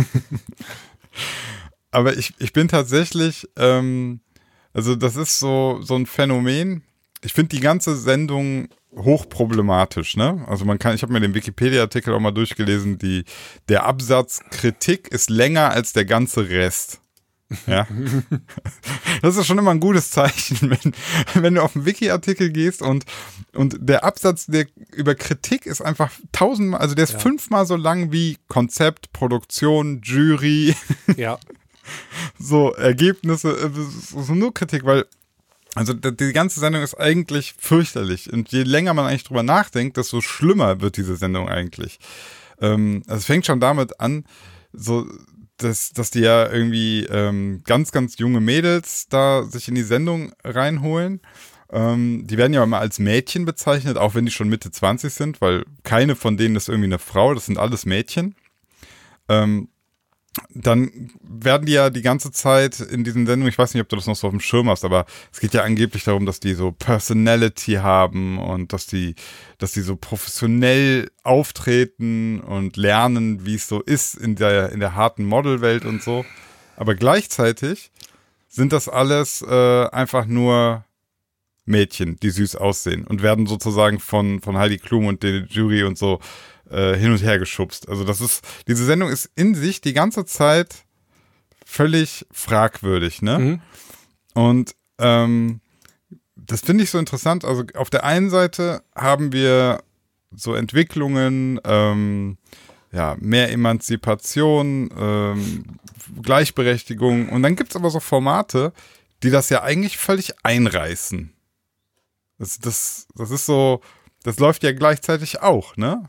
Aber ich, ich bin tatsächlich, ähm, also das ist so, so ein Phänomen. Ich finde die ganze Sendung hochproblematisch, ne? Also man kann, ich habe mir den Wikipedia-Artikel auch mal durchgelesen, die, der Absatz Kritik ist länger als der ganze Rest. Ja. Das ist schon immer ein gutes Zeichen, wenn, wenn du auf den Wiki-Artikel gehst und, und der Absatz der, über Kritik ist einfach tausendmal, also der ist ja. fünfmal so lang wie Konzept, Produktion, Jury. Ja. So, Ergebnisse, so nur Kritik, weil also die ganze Sendung ist eigentlich fürchterlich. Und je länger man eigentlich drüber nachdenkt, desto schlimmer wird diese Sendung eigentlich. Ähm, also es fängt schon damit an, so dass, dass die ja irgendwie ähm, ganz, ganz junge Mädels da sich in die Sendung reinholen. Ähm, die werden ja immer als Mädchen bezeichnet, auch wenn die schon Mitte zwanzig sind, weil keine von denen ist irgendwie eine Frau, das sind alles Mädchen. Ähm, Dann werden die ja die ganze Zeit in diesen Sendungen, ich weiß nicht, ob du das noch so auf dem Schirm hast, aber es geht ja angeblich darum, dass die so Personality haben und dass die, dass die so professionell auftreten und lernen, wie es so ist in der, in der harten Modelwelt und so. Aber gleichzeitig sind das alles äh, einfach nur Mädchen, die süß aussehen und werden sozusagen von, von Heidi Klum und der Jury und so hin und her geschubst. Also das ist, diese Sendung ist in sich die ganze Zeit völlig fragwürdig, ne? Mhm. Und ähm, das finde ich so interessant. Also auf der einen Seite haben wir so Entwicklungen, ähm, ja, mehr Emanzipation, ähm, Gleichberechtigung und dann gibt es aber so Formate, die das ja eigentlich völlig einreißen. Das, das, das ist so, das läuft ja gleichzeitig auch, ne?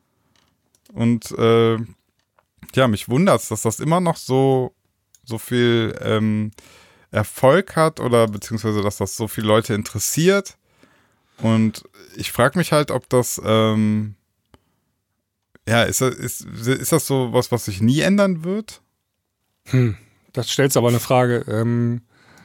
Und äh, ja, mich wundert es, dass das immer noch so, so viel ähm, Erfolg hat oder beziehungsweise, dass das so viele Leute interessiert. Und ich frage mich halt, ob das, ähm, ja, ist das, ist, ist das so was, was sich nie ändern wird? Hm, das stellst aber eine Frage. Ähm,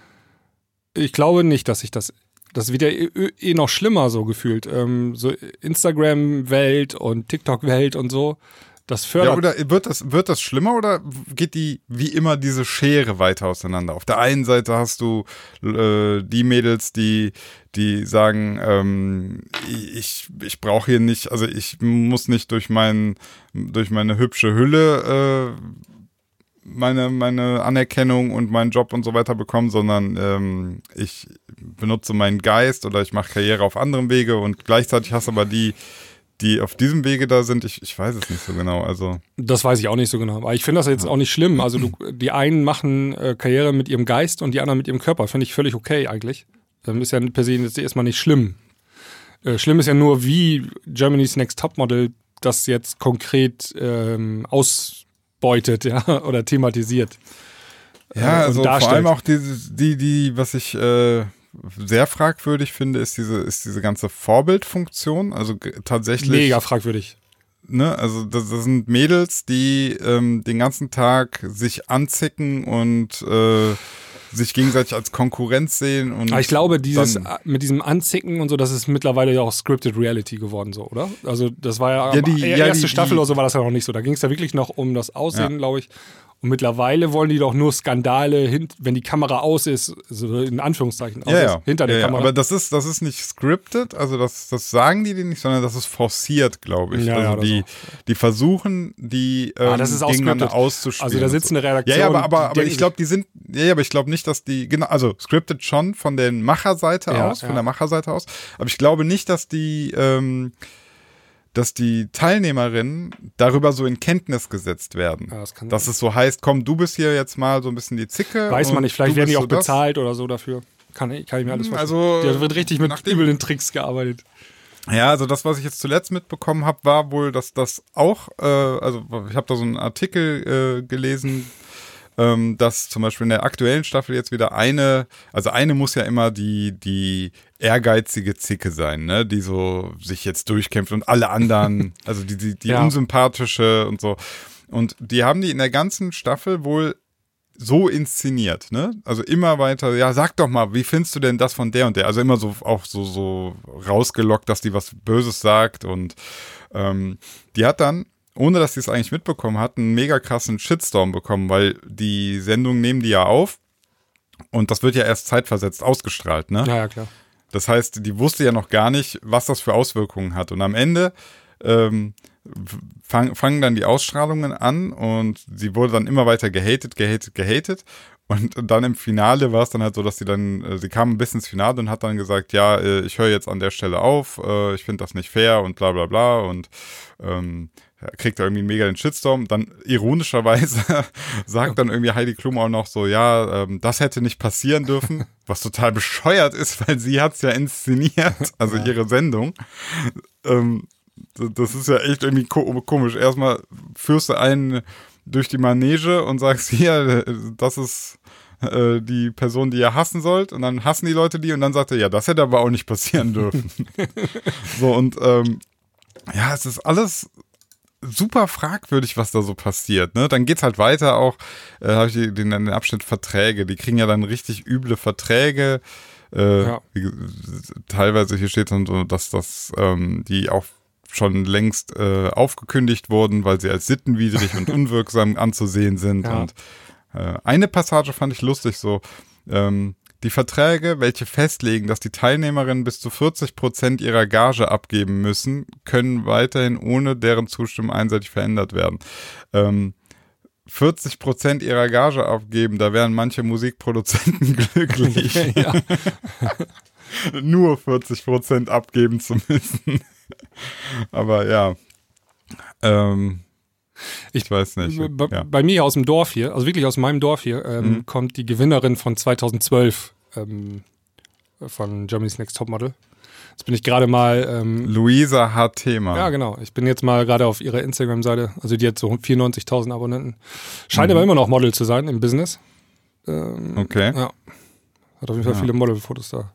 ich glaube nicht, dass sich das Das wird ja eh, eh noch schlimmer so gefühlt. Ähm, so Instagram-Welt und TikTok-Welt und so. Das fördert. Ja, oder wird das, wird das schlimmer oder geht die wie immer diese Schere weiter auseinander? Auf der einen Seite hast du äh, die Mädels, die, die sagen, ähm, ich, ich brauche hier nicht, also ich muss nicht durch, mein, durch meine hübsche Hülle äh, meine, meine Anerkennung und meinen Job und so weiter bekommen, sondern ähm, ich benutze meinen Geist oder ich mache Karriere auf anderem Wege und gleichzeitig hast du aber die, die auf diesem Wege da sind, ich, ich weiß es nicht so genau. Also das weiß ich auch nicht so genau, aber ich finde das jetzt auch nicht schlimm. Also du, die einen machen äh, Karriere mit ihrem Geist und die anderen mit ihrem Körper. Finde ich völlig okay eigentlich. Das ist ja per se jetzt erstmal nicht schlimm. Äh, schlimm ist ja nur, wie Germany's Next Topmodel das jetzt konkret ähm, aus beutet, ja, oder thematisiert. Ja, also vor allem auch die, die, die, was ich äh, sehr fragwürdig finde, ist diese, ist diese ganze Vorbildfunktion. Also g- tatsächlich. Mega fragwürdig. ne, also das, das sind Mädels, die ähm, den ganzen Tag sich anzicken und äh, sich gegenseitig als Konkurrenz sehen. Und Aber ich glaube, dieses dann, mit diesem Anzicken und so, das ist mittlerweile ja auch Scripted Reality geworden, so, oder? Also das war ja, Ja, die- ja, ja, erste die- Staffel die- oder so war das ja noch nicht so. Da ging es ja wirklich noch um das Aussehen, Ja. glaube ich. Und mittlerweile wollen die doch nur Skandale, hin, wenn die Kamera aus ist, also in Anführungszeichen aus ja, ist, ja, hinter der ja, ja, Kamera. aber das ist, das ist nicht scripted, also das, das sagen die dir nicht, sondern das ist forciert, glaube ich. Ja, ja, also oder die, so. die versuchen, die ähm, Ah, das ist auch gegeneinander scripted. auszuspielen. Also da und sitzt so. eine Redaktion. Ja, ja, aber, aber, die aber denken ich glaube, die sind, ja, ja, aber ich glaube nicht, dass die, genau, also scripted schon von der Macherseite Ja, aus, von ja. der Macherseite aus, aber ich glaube nicht, dass die, ähm, dass die Teilnehmerinnen darüber so in Kenntnis gesetzt werden. Ja, das kann dass sein. es so heißt, komm, du bist hier jetzt mal so ein bisschen die Zicke. Weiß man und nicht, vielleicht du werden die bist auch so das. bezahlt oder so dafür. Kann, ich- kann ich mir alles Hm, vorstellen. also, Da wird richtig mit nachdem- übeln Tricks gearbeitet. Ja, also das, was ich jetzt zuletzt mitbekommen habe, war wohl, dass das auch, äh, also ich habe da so einen Artikel äh, gelesen, ähm, dass zum Beispiel in der aktuellen Staffel jetzt wieder eine, also eine muss ja immer die, die ehrgeizige Zicke sein, ne, die so sich jetzt durchkämpft und alle anderen, also die, die, die Ja. unsympathische und so. Und die haben die in der ganzen Staffel wohl so inszeniert, ne? Also immer weiter, ja, sag doch mal, wie findest du denn das von der und der? Also immer so auch so, so rausgelockt, dass die was Böses sagt und ähm, die hat dann, ohne dass sie es eigentlich mitbekommen hat, einen mega krassen Shitstorm bekommen, weil die Sendung nehmen die ja auf und das wird ja erst zeitversetzt ausgestrahlt, ne? Ja, ja, klar. Das heißt, die wusste ja noch gar nicht, was das für Auswirkungen hat. Und am Ende ähm, fang, fangen dann die Ausstrahlungen an und sie wurde dann immer weiter gehatet, gehatet, gehatet. Und dann im Finale war es dann halt so, dass sie dann, äh, sie kam bis ins Finale und hat dann gesagt, ja, äh, ich höre jetzt an der Stelle auf, äh, ich finde das nicht fair und bla bla bla und ähm, ja, kriegt da irgendwie einen mega den Shitstorm. Dann ironischerweise sagt dann irgendwie Heidi Klum auch noch so, ja, ähm, das hätte nicht passieren dürfen, was total bescheuert ist, weil sie hat es ja inszeniert, also Ja. ihre Sendung. Ähm, das ist ja echt irgendwie ko- komisch. Erstmal führst du einen durch die Manege und sagst, hier, das ist äh, die Person, die ihr hassen sollt. Und dann hassen die Leute die und dann sagt er, ja, das hätte aber auch nicht passieren dürfen. So, und ähm, ja, es ist alles super fragwürdig, was da so passiert. Ne? Dann geht's halt weiter auch, äh, habe ich den, den Abschnitt Verträge. Die kriegen ja dann richtig üble Verträge. Äh, Ja. wie, teilweise hier steht dann so, dass das ähm, die auch schon längst äh, aufgekündigt wurden, weil sie als sittenwidrig und unwirksam anzusehen sind. Ja. Und äh, eine Passage fand ich lustig, so ähm, die Verträge, welche festlegen, dass die Teilnehmerinnen bis zu vierzig Prozent ihrer Gage abgeben müssen, können weiterhin ohne deren Zustimmung einseitig verändert werden. Ähm, vierzig Prozent ihrer Gage abgeben, da wären manche Musikproduzenten glücklich. Ja. Nur vierzig Prozent abgeben zu müssen. Aber ja, ähm, ich, ich weiß nicht. Bei, Ja. bei mir aus dem Dorf hier, also wirklich aus meinem Dorf hier, ähm, Mhm. kommt die Gewinnerin von zweitausendzwölf ähm, von Germany's Next Topmodel. Jetzt bin ich gerade mal ähm, Luisa H. Thema. ja, genau. Ich bin jetzt mal gerade auf ihrer Instagram-Seite. Also die hat so vierundneunzigtausend Abonnenten. Scheint Mhm. aber immer noch Model zu sein im Business. Ähm, Okay. Ja. Hat auf jeden Fall Ja. viele Modelfotos da.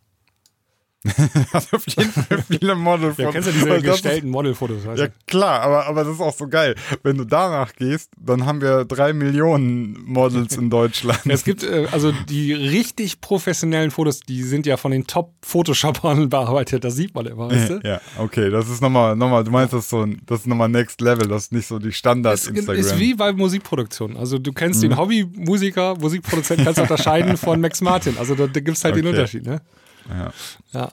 Hat auf jeden Fall viele Modelfotos. Ja, kennst du diese Weil das gestellten Modelfotos? Ist, Weißt ja du? klar, aber, aber das ist auch so geil. Wenn du danach gehst, dann haben wir drei Millionen Models in Deutschland. Es gibt äh, also die richtig professionellen Fotos, die sind ja von den Top-Photoshoppern bearbeitet. Das sieht man immer, weißt du? Ja, okay, das ist nochmal, nochmal, du meinst das ist so, ein- das ist nochmal Next Level, das ist nicht so die Es Standard-Instagram. ist wie bei Musikproduktion. Also du kennst Mhm. den Hobbymusiker, Musikproduzenten kannst du unterscheiden von Max Martin. Also da, da gibt es halt den Okay. Unterschied, ne? Ja. Ja.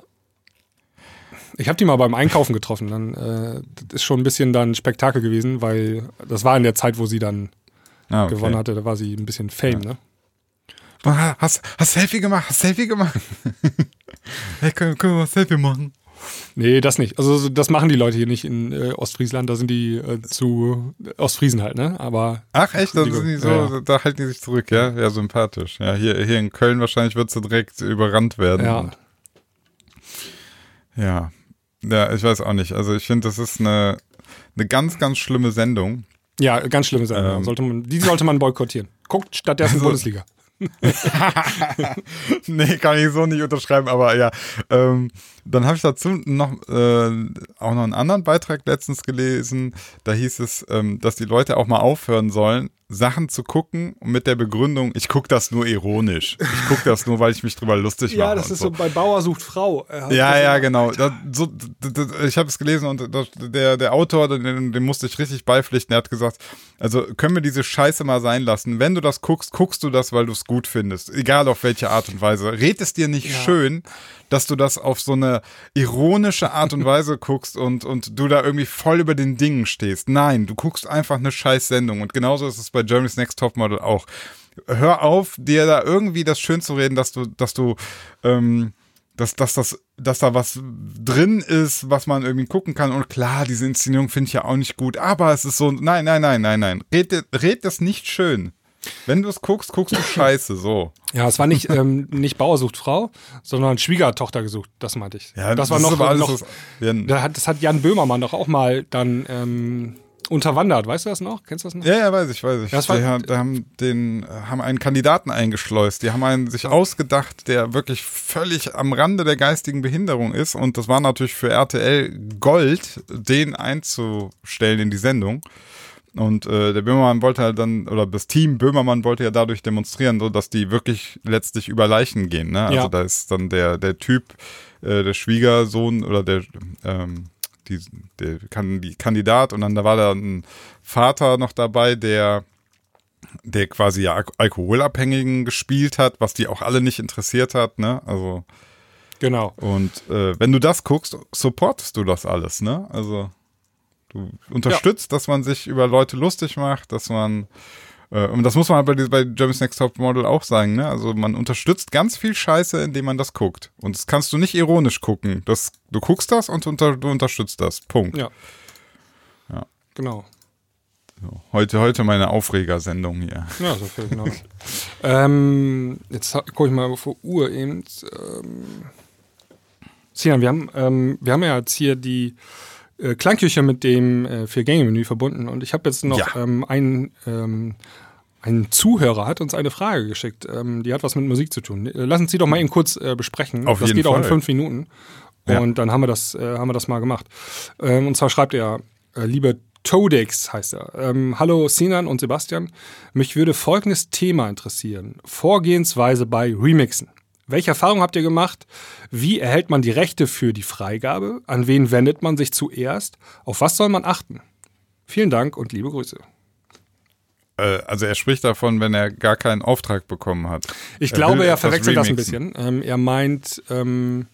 Ich habe die mal beim Einkaufen getroffen. Dann äh, das ist schon ein bisschen dann Spektakel gewesen, weil das war in der Zeit, wo sie dann Ah, okay. gewonnen hatte. Da war sie ein bisschen Fame, ne? Ah, Hast, hast Selfie gemacht? Hast Selfie gemacht? Hey, können, können wir mal Selfie machen? Nee, das nicht. Also so- das machen die Leute hier nicht in äh, Ostfriesland. Da sind die äh, zu Ostfriesen halt, ne? Aber Ach echt, das sind die so, Ja, ja. da halten die sich zurück, ja? Ja, sympathisch. Ja, hier, hier in Köln wahrscheinlich wird sie direkt überrannt werden. ja. Und, ja. Ja, ich weiß auch nicht. Also ich finde, das ist eine, eine ganz, ganz schlimme Sendung. Ja, ganz schlimme Sache. Ähm. Sollte man, die sollte man boykottieren. Guckt stattdessen Also- Bundesliga. Nee, kann ich so nicht unterschreiben, aber ja. Ähm, dann habe ich dazu noch äh, auch noch einen anderen Beitrag letztens gelesen. Da hieß es, ähm, dass die Leute auch mal aufhören sollen, Sachen zu gucken mit der Begründung, ich gucke das nur ironisch. Ich gucke das nur, weil ich mich drüber lustig mache. Ja, das ist so. so bei Bauer sucht Frau. Ja, ja, genau. Das, so, das, ich habe es gelesen und das, der, der Autor, dem, dem musste ich richtig beipflichten, der hat gesagt, also können wir diese Scheiße mal sein lassen. Wenn du das guckst, guckst du das, weil du es gut findest. Egal auf welche Art und Weise. Red es dir nicht ja. schön, dass du das auf so eine ironische Art und Weise guckst und, und du da irgendwie voll über den Dingen stehst. Nein, du guckst einfach eine scheiß Sendung. Und genauso ist es bei Germany's Next Topmodel auch. Hör auf, dir da irgendwie das schön zu reden, dass du, dass du, ähm, dass, dass, dass, dass da was drin ist, was man irgendwie gucken kann. Und klar, diese Inszenierung finde ich ja auch nicht gut, aber es ist so, nein, nein, nein, nein, nein. Red, red das nicht schön. Wenn du es guckst, guckst du scheiße, so. Ja, es war nicht, ähm, nicht Bauer sucht Frau, sondern Schwiegertochter gesucht, das meinte ich. Ja, das, das war noch, aber alles noch was, ja. da hat, das hat Jan Böhmermann doch auch mal dann ähm, unterwandert, weißt du das noch? Kennst du das noch? Ja, ja, weiß ich, weiß ich. Das war, die haben, die haben, den, haben einen Kandidaten eingeschleust, die haben einen sich ausgedacht, der wirklich völlig am Rande der geistigen Behinderung ist und das war natürlich für R T L Gold, den einzustellen in die Sendung. Und äh, der Böhmermann wollte halt dann, oder das Team Böhmermann wollte ja dadurch demonstrieren, so dass die wirklich letztlich über Leichen gehen. Ne? Also ja. Da ist dann der, der Typ, äh, der Schwiegersohn oder der, ähm, die, der kann, die Kandidat und dann da war da ein Vater noch dabei, der, der quasi ja Al- Alkoholabhängigen gespielt hat, was die auch alle nicht interessiert hat. Ne? Also genau. Und äh, wenn du das guckst, supportest du das alles, ne? Also du unterstützt, ja. dass man sich über Leute lustig macht, dass man, äh, und das muss man halt bei, bei Germany's Next Topmodel auch sagen, ne? Also man unterstützt ganz viel Scheiße, indem man das guckt. Und das kannst du nicht ironisch gucken. Das, du guckst das und unter, du unterstützt das. Punkt. Ja. Ja. Genau. So, heute, heute meine Aufregersendung hier. Ja, so viel, genau. ähm, jetzt gucke ich mal vor Uhr eben. Ähm, Sinan, wir haben, ähm, wir haben ja jetzt hier die Äh, Klangküche mit dem äh, Vier-Gänge-Menü verbunden und ich habe jetzt noch ja. ähm, einen, ähm, einen Zuhörer hat uns eine Frage geschickt, ähm, die hat was mit Musik zu tun. Äh, lass uns die doch mal eben kurz äh, besprechen. Auf das jeden geht Fall. auch in fünf Minuten ja. und dann haben wir das, äh, haben wir das mal gemacht. Ähm, und zwar schreibt er, äh, liebe Todex heißt er. Ähm, Hallo Sinan und Sebastian, mich würde folgendes Thema interessieren. Vorgehensweise bei Remixen. Welche Erfahrungen habt ihr gemacht? Wie erhält man die Rechte für die Freigabe? An wen wendet man sich zuerst? Auf was soll man achten? Vielen Dank und liebe Grüße. Äh, also er spricht davon, wenn er gar keinen Auftrag bekommen hat. Ich er glaube, er verwechselt das ein bisschen. Ähm, er meint ähm,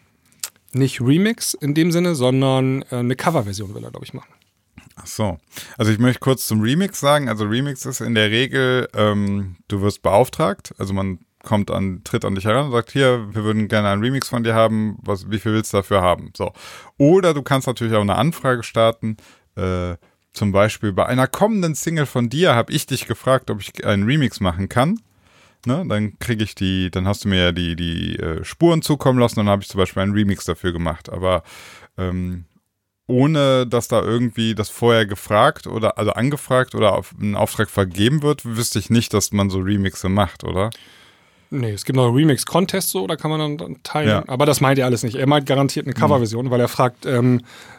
nicht Remix in dem Sinne, sondern äh, eine Coverversion will er, glaube ich, machen. Ach so. Also ich möchte kurz zum Remix sagen. Also Remix ist in der Regel, ähm, du wirst beauftragt, also man kommt an, tritt an dich heran und sagt, hier, wir würden gerne einen Remix von dir haben, was, wie viel willst du dafür haben? So. Oder du kannst natürlich auch eine Anfrage starten, äh, zum Beispiel bei einer kommenden Single von dir habe ich dich gefragt, ob ich einen Remix machen kann. Ne? Dann kriege ich die, dann hast du mir ja die, die äh, Spuren zukommen lassen und dann habe ich zum Beispiel einen Remix dafür gemacht. Aber ähm, ohne, dass da irgendwie das vorher gefragt oder, also angefragt oder auf einen Auftrag vergeben wird, wüsste ich nicht, dass man so Remixe macht, oder? Nee, es gibt noch einen Remix-Contest, so, da kann man dann, dann teilen. Ja. Aber das meint er alles nicht. Er meint garantiert eine Coverversion, mhm. weil er fragt, ähm,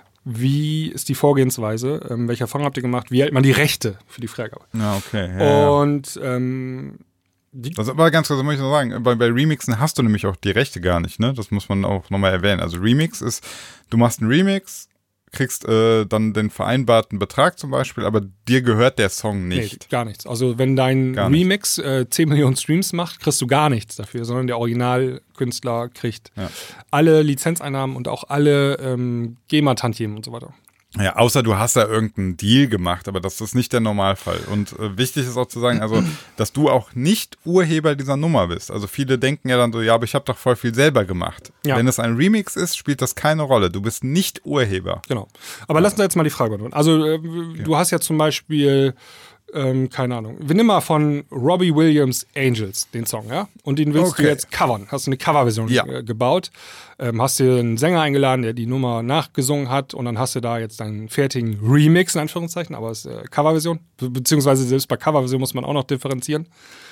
wie ist die Vorgehensweise, ähm, welche Erfahrung habt ihr gemacht, wie hält man die Rechte für die Freigabe? Ja, okay. Ja, und ähm, die das aber ganz kurz, muss ich noch sagen, bei, bei Remixen hast du nämlich auch die Rechte gar nicht, ne? Das muss man auch nochmal erwähnen. Also Remix ist, du machst einen Remix, kriegst äh, dann den vereinbarten Betrag zum Beispiel, aber dir gehört der Song nicht. Nee, gar nichts. Also wenn dein gar Remix äh, zehn Millionen Streams macht, kriegst du gar nichts dafür, sondern der Originalkünstler kriegt ja. alle Lizenzeinnahmen und auch alle ähm, GEMA-Tantiemen und so weiter. Ja, außer du hast da irgendeinen Deal gemacht, aber das ist nicht der Normalfall. Und äh, wichtig ist auch zu sagen, also, dass du auch nicht Urheber dieser Nummer bist. Also viele denken ja dann so, ja, aber ich habe doch voll viel selber gemacht. Ja. Wenn es ein Remix ist, spielt das keine Rolle. Du bist nicht Urheber. Genau. Aber ja. lass uns jetzt mal die Frage beantworten. Also äh, okay. du hast ja zum Beispiel Ähm, keine Ahnung. Wir nehmen mal von Robbie Williams Angels den Song, ja? Und den willst okay. du jetzt covern. Hast du eine Coverversion ja. äh, gebaut. Ähm, hast dir einen Sänger eingeladen, der die Nummer nachgesungen hat und dann hast du da jetzt deinen fertigen Remix, in Anführungszeichen, aber es ist äh, Coverversion. Be- beziehungsweise selbst bei Coverversion muss man auch noch differenzieren.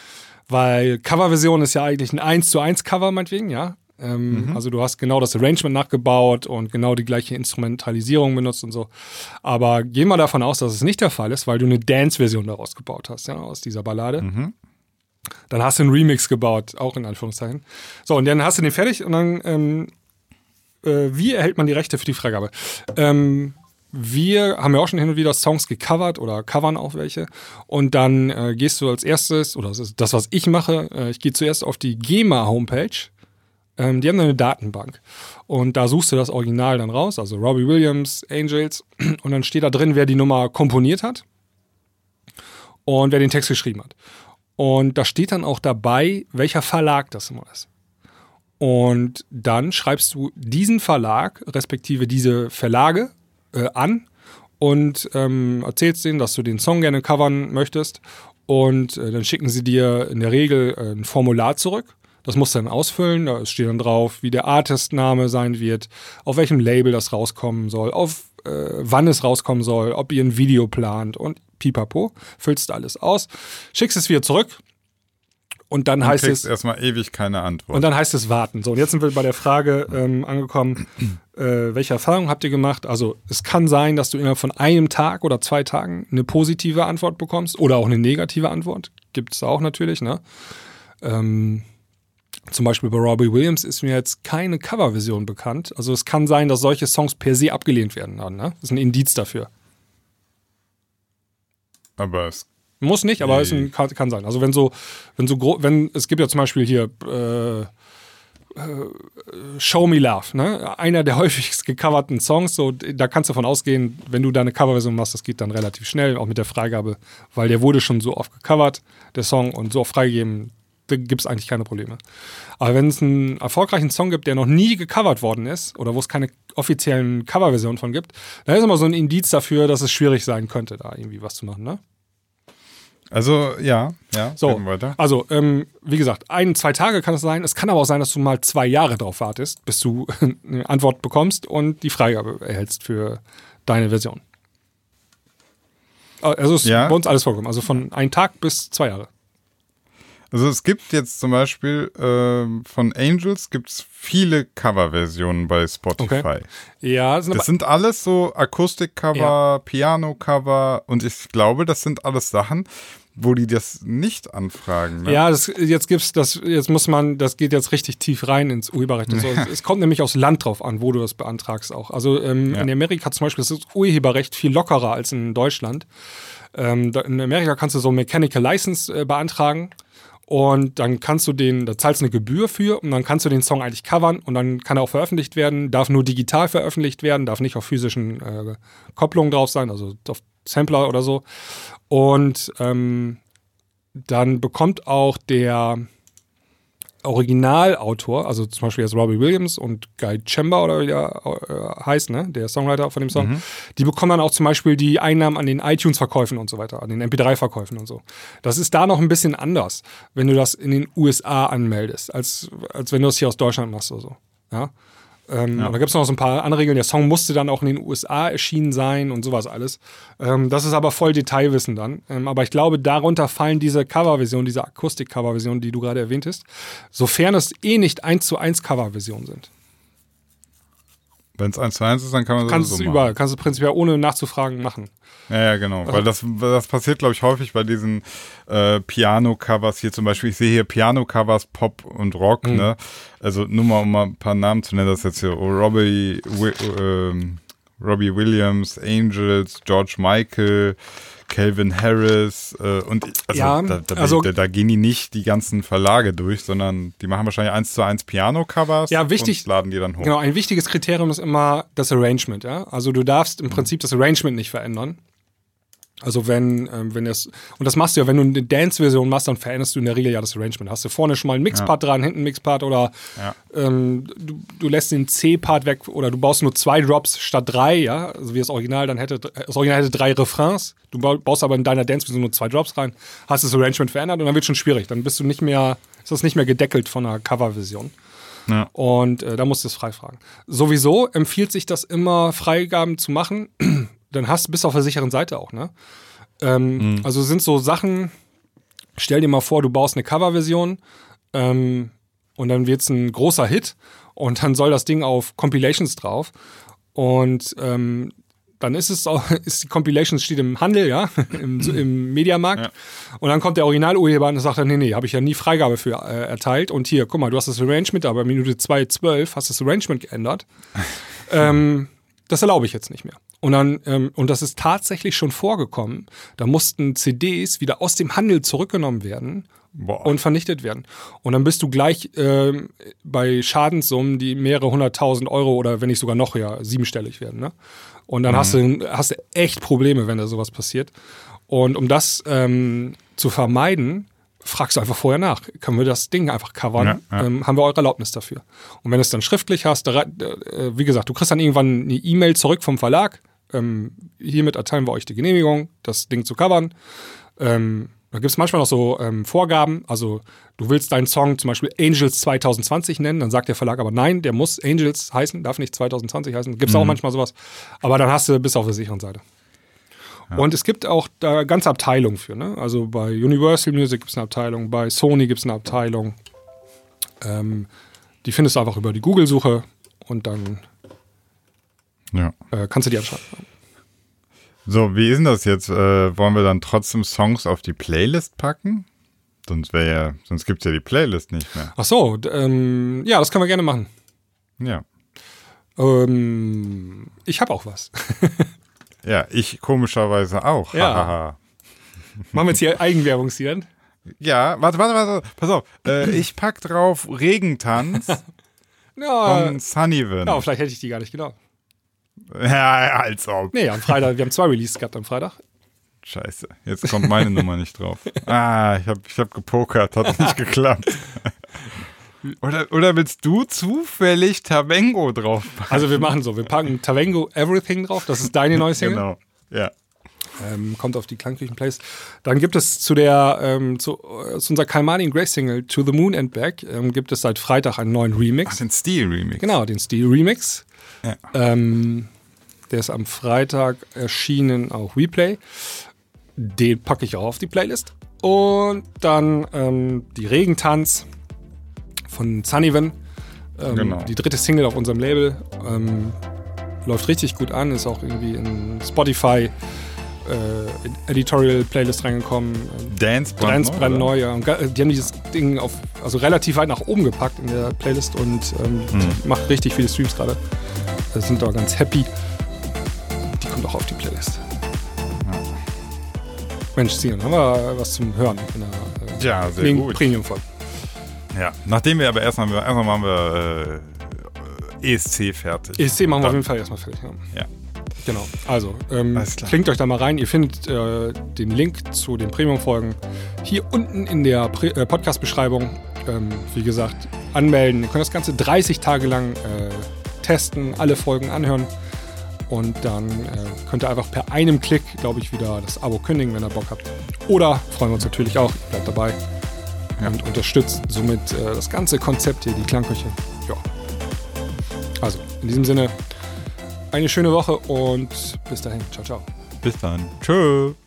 Weil Coverversion ist ja eigentlich ein eins zu eins Cover, meinetwegen, ja. Ähm, mhm. Also du hast genau das Arrangement nachgebaut und genau die gleiche Instrumentalisierung benutzt und so. Aber geh mal davon aus, dass es nicht der Fall ist, weil du eine Dance-Version daraus gebaut hast, ja, aus dieser Ballade. Mhm. Dann hast du einen Remix gebaut, auch in Anführungszeichen. So, und dann hast du den fertig und dann, ähm, äh, wie erhält man die Rechte für die Freigabe? Ähm, wir haben ja auch schon hin und wieder Songs gecovert oder covern auch welche. Und dann äh, gehst du als erstes, oder das ist das, was ich mache, äh, ich gehe zuerst auf die GEMA-Homepage. Ähm, die haben eine Datenbank und da suchst du das Original dann raus, also Robbie Williams, Angels, und dann steht da drin, wer die Nummer komponiert hat und wer den Text geschrieben hat. Und da steht dann auch dabei, welcher Verlag das immer ist. Und dann schreibst du diesen Verlag, respektive diese Verlage äh, an und ähm, erzählst denen, dass du den Song gerne covern möchtest und äh, dann schicken sie dir in der Regel äh, ein Formular zurück. Das musst du dann ausfüllen, da steht dann drauf, wie der Artistname sein wird, auf welchem Label das rauskommen soll, auf äh, wann es rauskommen soll, ob ihr ein Video plant und pipapo. Füllst alles aus, schickst es wieder zurück und dann und heißt es erstmal ewig keine Antwort. Und dann heißt es warten. So, und jetzt sind wir bei der Frage ähm, angekommen, äh, welche Erfahrungen habt ihr gemacht? Also es kann sein, dass du innerhalb von einem Tag oder zwei Tagen eine positive Antwort bekommst oder auch eine negative Antwort. Gibt es auch natürlich, ne? Ähm, Zum Beispiel bei Robbie Williams ist mir jetzt keine Coverversion bekannt. Also es kann sein, dass solche Songs per se abgelehnt werden. Ne? Das ist ein Indiz dafür. Aber es muss nicht, aber es ein, kann, kann sein. Also wenn so, wenn so gro- wenn es gibt ja zum Beispiel hier äh, äh, Show Me Love, ne? Einer der häufigst gecoverten Songs. So, da kannst du davon ausgehen, wenn du da eine Coverversion machst, das geht dann relativ schnell, auch mit der Freigabe, weil der wurde schon so oft gecovert, der Song, und so oft freigegeben. Da gibt es eigentlich keine Probleme. Aber wenn es einen erfolgreichen Song gibt, der noch nie gecovert worden ist oder wo es keine offiziellen Coverversionen von gibt, dann ist immer so ein Indiz dafür, dass es schwierig sein könnte, da irgendwie was zu machen, ne? Also, ja, ja, so, weiter. Also, ähm, wie gesagt, ein, zwei Tage kann es sein. Es kann aber auch sein, dass du mal zwei Jahre drauf wartest, bis du eine Antwort bekommst und die Freigabe erhältst für deine Version. Also, ist ja bei uns alles vorgekommen. Also, von einem Tag bis zwei Jahre. Also es gibt jetzt zum Beispiel äh, von Angels gibt es viele Coverversionen bei Spotify. Okay. Ja, das sind, das sind alles so Akustikcover, ja. Piano-Cover und ich glaube, das sind alles Sachen, wo die das nicht anfragen. Ne? Ja, das, jetzt gibt's das, jetzt muss man, das geht jetzt richtig tief rein ins Urheberrecht. Also, es kommt nämlich aufs Land drauf an, wo du das beantragst auch. Also ähm, ja. in Amerika zum Beispiel ist das Urheberrecht viel lockerer als in Deutschland. Ähm, in Amerika kannst du so Mechanical License äh, beantragen. Und dann kannst du den, da zahlst du eine Gebühr für und dann kannst du den Song eigentlich covern und dann kann er auch veröffentlicht werden, darf nur digital veröffentlicht werden, darf nicht auf physischen äh, Kopplungen drauf sein, also auf Sampler oder so. Und ähm, dann bekommt auch der Originalautor, also zum Beispiel jetzt Robbie Williams und Guy Chambers oder wie der äh, heißt, ne, der Songwriter von dem Song, mhm. die bekommen dann auch zum Beispiel die Einnahmen an den iTunes-Verkäufen und so weiter, an den M P drei Verkäufen und so. Das ist da noch ein bisschen anders, wenn du das in den U S A anmeldest, als, als wenn du das hier aus Deutschland machst oder so. Ja? Ähm, ja. Und da gibt es noch so ein paar andere Regeln. Der Song musste dann auch in den U S A erschienen sein und sowas alles. Ähm, das ist aber voll Detailwissen dann. Ähm, aber ich glaube, darunter fallen diese Coverversionen, diese Akustik-Coverversionen, die du gerade erwähnt hast, sofern es eh nicht eins zu eins Coverversionen sind. Wenn es eins zu eins ist, dann kann man kannst das so machen. Überall, kannst du prinzipiell ohne nachzufragen machen. Ja, ja, genau. Weil das, das passiert, glaube ich, häufig bei diesen äh, Piano-Covers hier zum Beispiel. Ich sehe hier Piano-Covers, Pop und Rock, mhm. ne? Also nur mal, um mal ein paar Namen zu nennen, das ist jetzt hier Robbie, ähm, Robbie Williams, Angels, George Michael, Calvin Harris äh, und also, ja, da, da, also da, da gehen die nicht die ganzen Verlage durch, sondern die machen wahrscheinlich eins zu eins Piano-Covers ja, wichtig, und laden die dann hoch. Genau, ein wichtiges Kriterium ist immer das Arrangement. Ja? Also du darfst im Prinzip das Arrangement nicht verändern. Also wenn, ähm, wenn das, und das machst du ja, wenn du eine Dance-Version machst, dann veränderst du in der Regel ja das Arrangement. Hast du vorne schon mal einen Mixpart ja. dran, hinten einen Mixpart oder ja. ähm, du, du lässt den C-Part weg oder du baust nur zwei Drops statt drei, ja, also wie das Original dann hätte, das Original hätte drei Refrains, du baust aber in deiner Dance-Version nur zwei Drops rein, hast das Arrangement verändert und dann wird schon schwierig. Dann bist du nicht mehr, ist das nicht mehr gedeckelt von einer Cover-Version. Ja. Und äh, da musst du es frei fragen. Sowieso empfiehlt sich das immer, Freigaben zu machen. Dann hast du bist auf der sicheren Seite auch, ne? Ähm, mhm. Also sind so Sachen, Stell dir mal vor, du baust eine Coverversion ähm, und dann wird es ein großer Hit und dann soll das Ding auf Compilations drauf und ähm, dann ist es auch, ist die Compilation steht im Handel, ja, im, im Mediamarkt. Ja. Und dann kommt der Originalurheber und sagt dann, nee, nee, habe ich ja nie Freigabe für äh, erteilt. Und hier, guck mal, du hast das Arrangement, aber Minute zwei zwölf hast das Arrangement geändert. ähm, das erlaube ich jetzt nicht mehr. Und dann, ähm, und das ist tatsächlich schon vorgekommen. Da mussten C Ds wieder aus dem Handel zurückgenommen werden. Boah. Und vernichtet werden. Und dann bist du gleich ähm, bei Schadenssummen, die mehrere hunderttausend Euro oder wenn nicht sogar noch ja siebenstellig werden. Ne? Und dann mhm. hast du hast du echt Probleme, wenn da sowas passiert. Und um das ähm, zu vermeiden, fragst du einfach vorher nach. Können wir das Ding einfach covern? Ja, ja. Ähm, haben wir eure Erlaubnis dafür? Und wenn du es dann schriftlich hast, da, äh, wie gesagt, du kriegst dann irgendwann eine E-Mail zurück vom Verlag. Ähm, hiermit erteilen wir euch die Genehmigung, das Ding zu covern. Ähm, Da gibt es manchmal noch so ähm, Vorgaben, also du willst deinen Song zum Beispiel Angels zwanzig zwanzig nennen, dann sagt der Verlag aber nein, der muss Angels heißen, darf nicht zwanzig zwanzig heißen. Gibt es mhm. auch manchmal sowas, aber dann hast du bis auf der sicheren Seite. Ja. Und es gibt auch da ganze Abteilungen für, ne? Also bei Universal Music gibt es eine Abteilung, bei Sony gibt es eine Abteilung. Ähm, die findest du einfach über die Google-Suche und dann ja. äh, kannst du die anschauen. So, wie ist denn das jetzt? Äh, wollen wir dann trotzdem Songs auf die Playlist packen? Sonst wäre ja, sonst gibt es ja die Playlist nicht mehr. Ach so, d- ähm, ja, das können wir gerne machen. Ja. Ähm, ich habe auch was. Ja, ich komischerweise auch. Ja. Machen wir jetzt hier Eigenwerbung, Sian? Ja, warte, warte, warte, pass auf. Äh, ich pack drauf Regentanz ja, von Sunnyvan. Ja, vielleicht hätte ich die gar nicht genommen. Ja, als ob. Nee, am Freitag, wir haben zwei Releases gehabt am Freitag. Scheiße, jetzt kommt meine Nummer nicht drauf. Ah, ich habe ich hab gepokert, hat nicht geklappt. Oder, oder willst du zufällig Tavengo drauf packen? Also wir machen so, wir packen Tavengo Everything drauf, das ist deine neue Single. Genau, ja. Ähm, kommt auf die Klangküchen-Plays. Dann gibt es zu der, ähm, zu, zu unserer Kalmani Grace Single To the Moon and Back, ähm, gibt es seit Freitag einen neuen Remix. Ach, den Steel-Remix. Genau, den Steel-Remix. Ja. Ähm, der ist am Freitag erschienen auf Replay. Den packe ich auch auf die Playlist. Und dann ähm, die Regentanz von Sunnyvan. Ähm, genau. Die dritte Single auf unserem Label. Ähm, läuft richtig gut an, ist auch irgendwie in Spotify äh, in Editorial-Playlist reingekommen. Dance Dance brandneu, ja. Und die haben dieses Ding auf, also relativ weit nach oben gepackt in der Playlist und ähm, mhm. macht richtig viele Streams gerade. Wir sind da ganz happy. Die kommt auch auf die Playlist. Ja. Mensch, Sian, haben wir was zum Hören in der äh, ja, sehr gut. Premium-Folge. Ja, nachdem wir aber erstmal, erstmal machen wir äh, E S C fertig. E S C machen wir Dann, auf jeden Fall erstmal fertig. Ja. ja. Genau, also ähm, klingt euch da mal rein. Ihr findet äh, den Link zu den Premium-Folgen hier unten in der Pre- äh, Podcast-Beschreibung. Ähm, wie gesagt, anmelden. Ihr könnt das Ganze dreißig Tage lang äh, testen, alle Folgen anhören. Und dann äh, könnt ihr einfach per einem Klick, glaube ich, wieder das Abo kündigen, wenn ihr Bock habt. Oder freuen wir uns natürlich auch, bleibt dabei ja. und unterstützt somit äh, das ganze Konzept hier, die Klangküche. Ja. Also, in diesem Sinne, eine schöne Woche und bis dahin. Ciao, ciao. Bis dann. Tschö.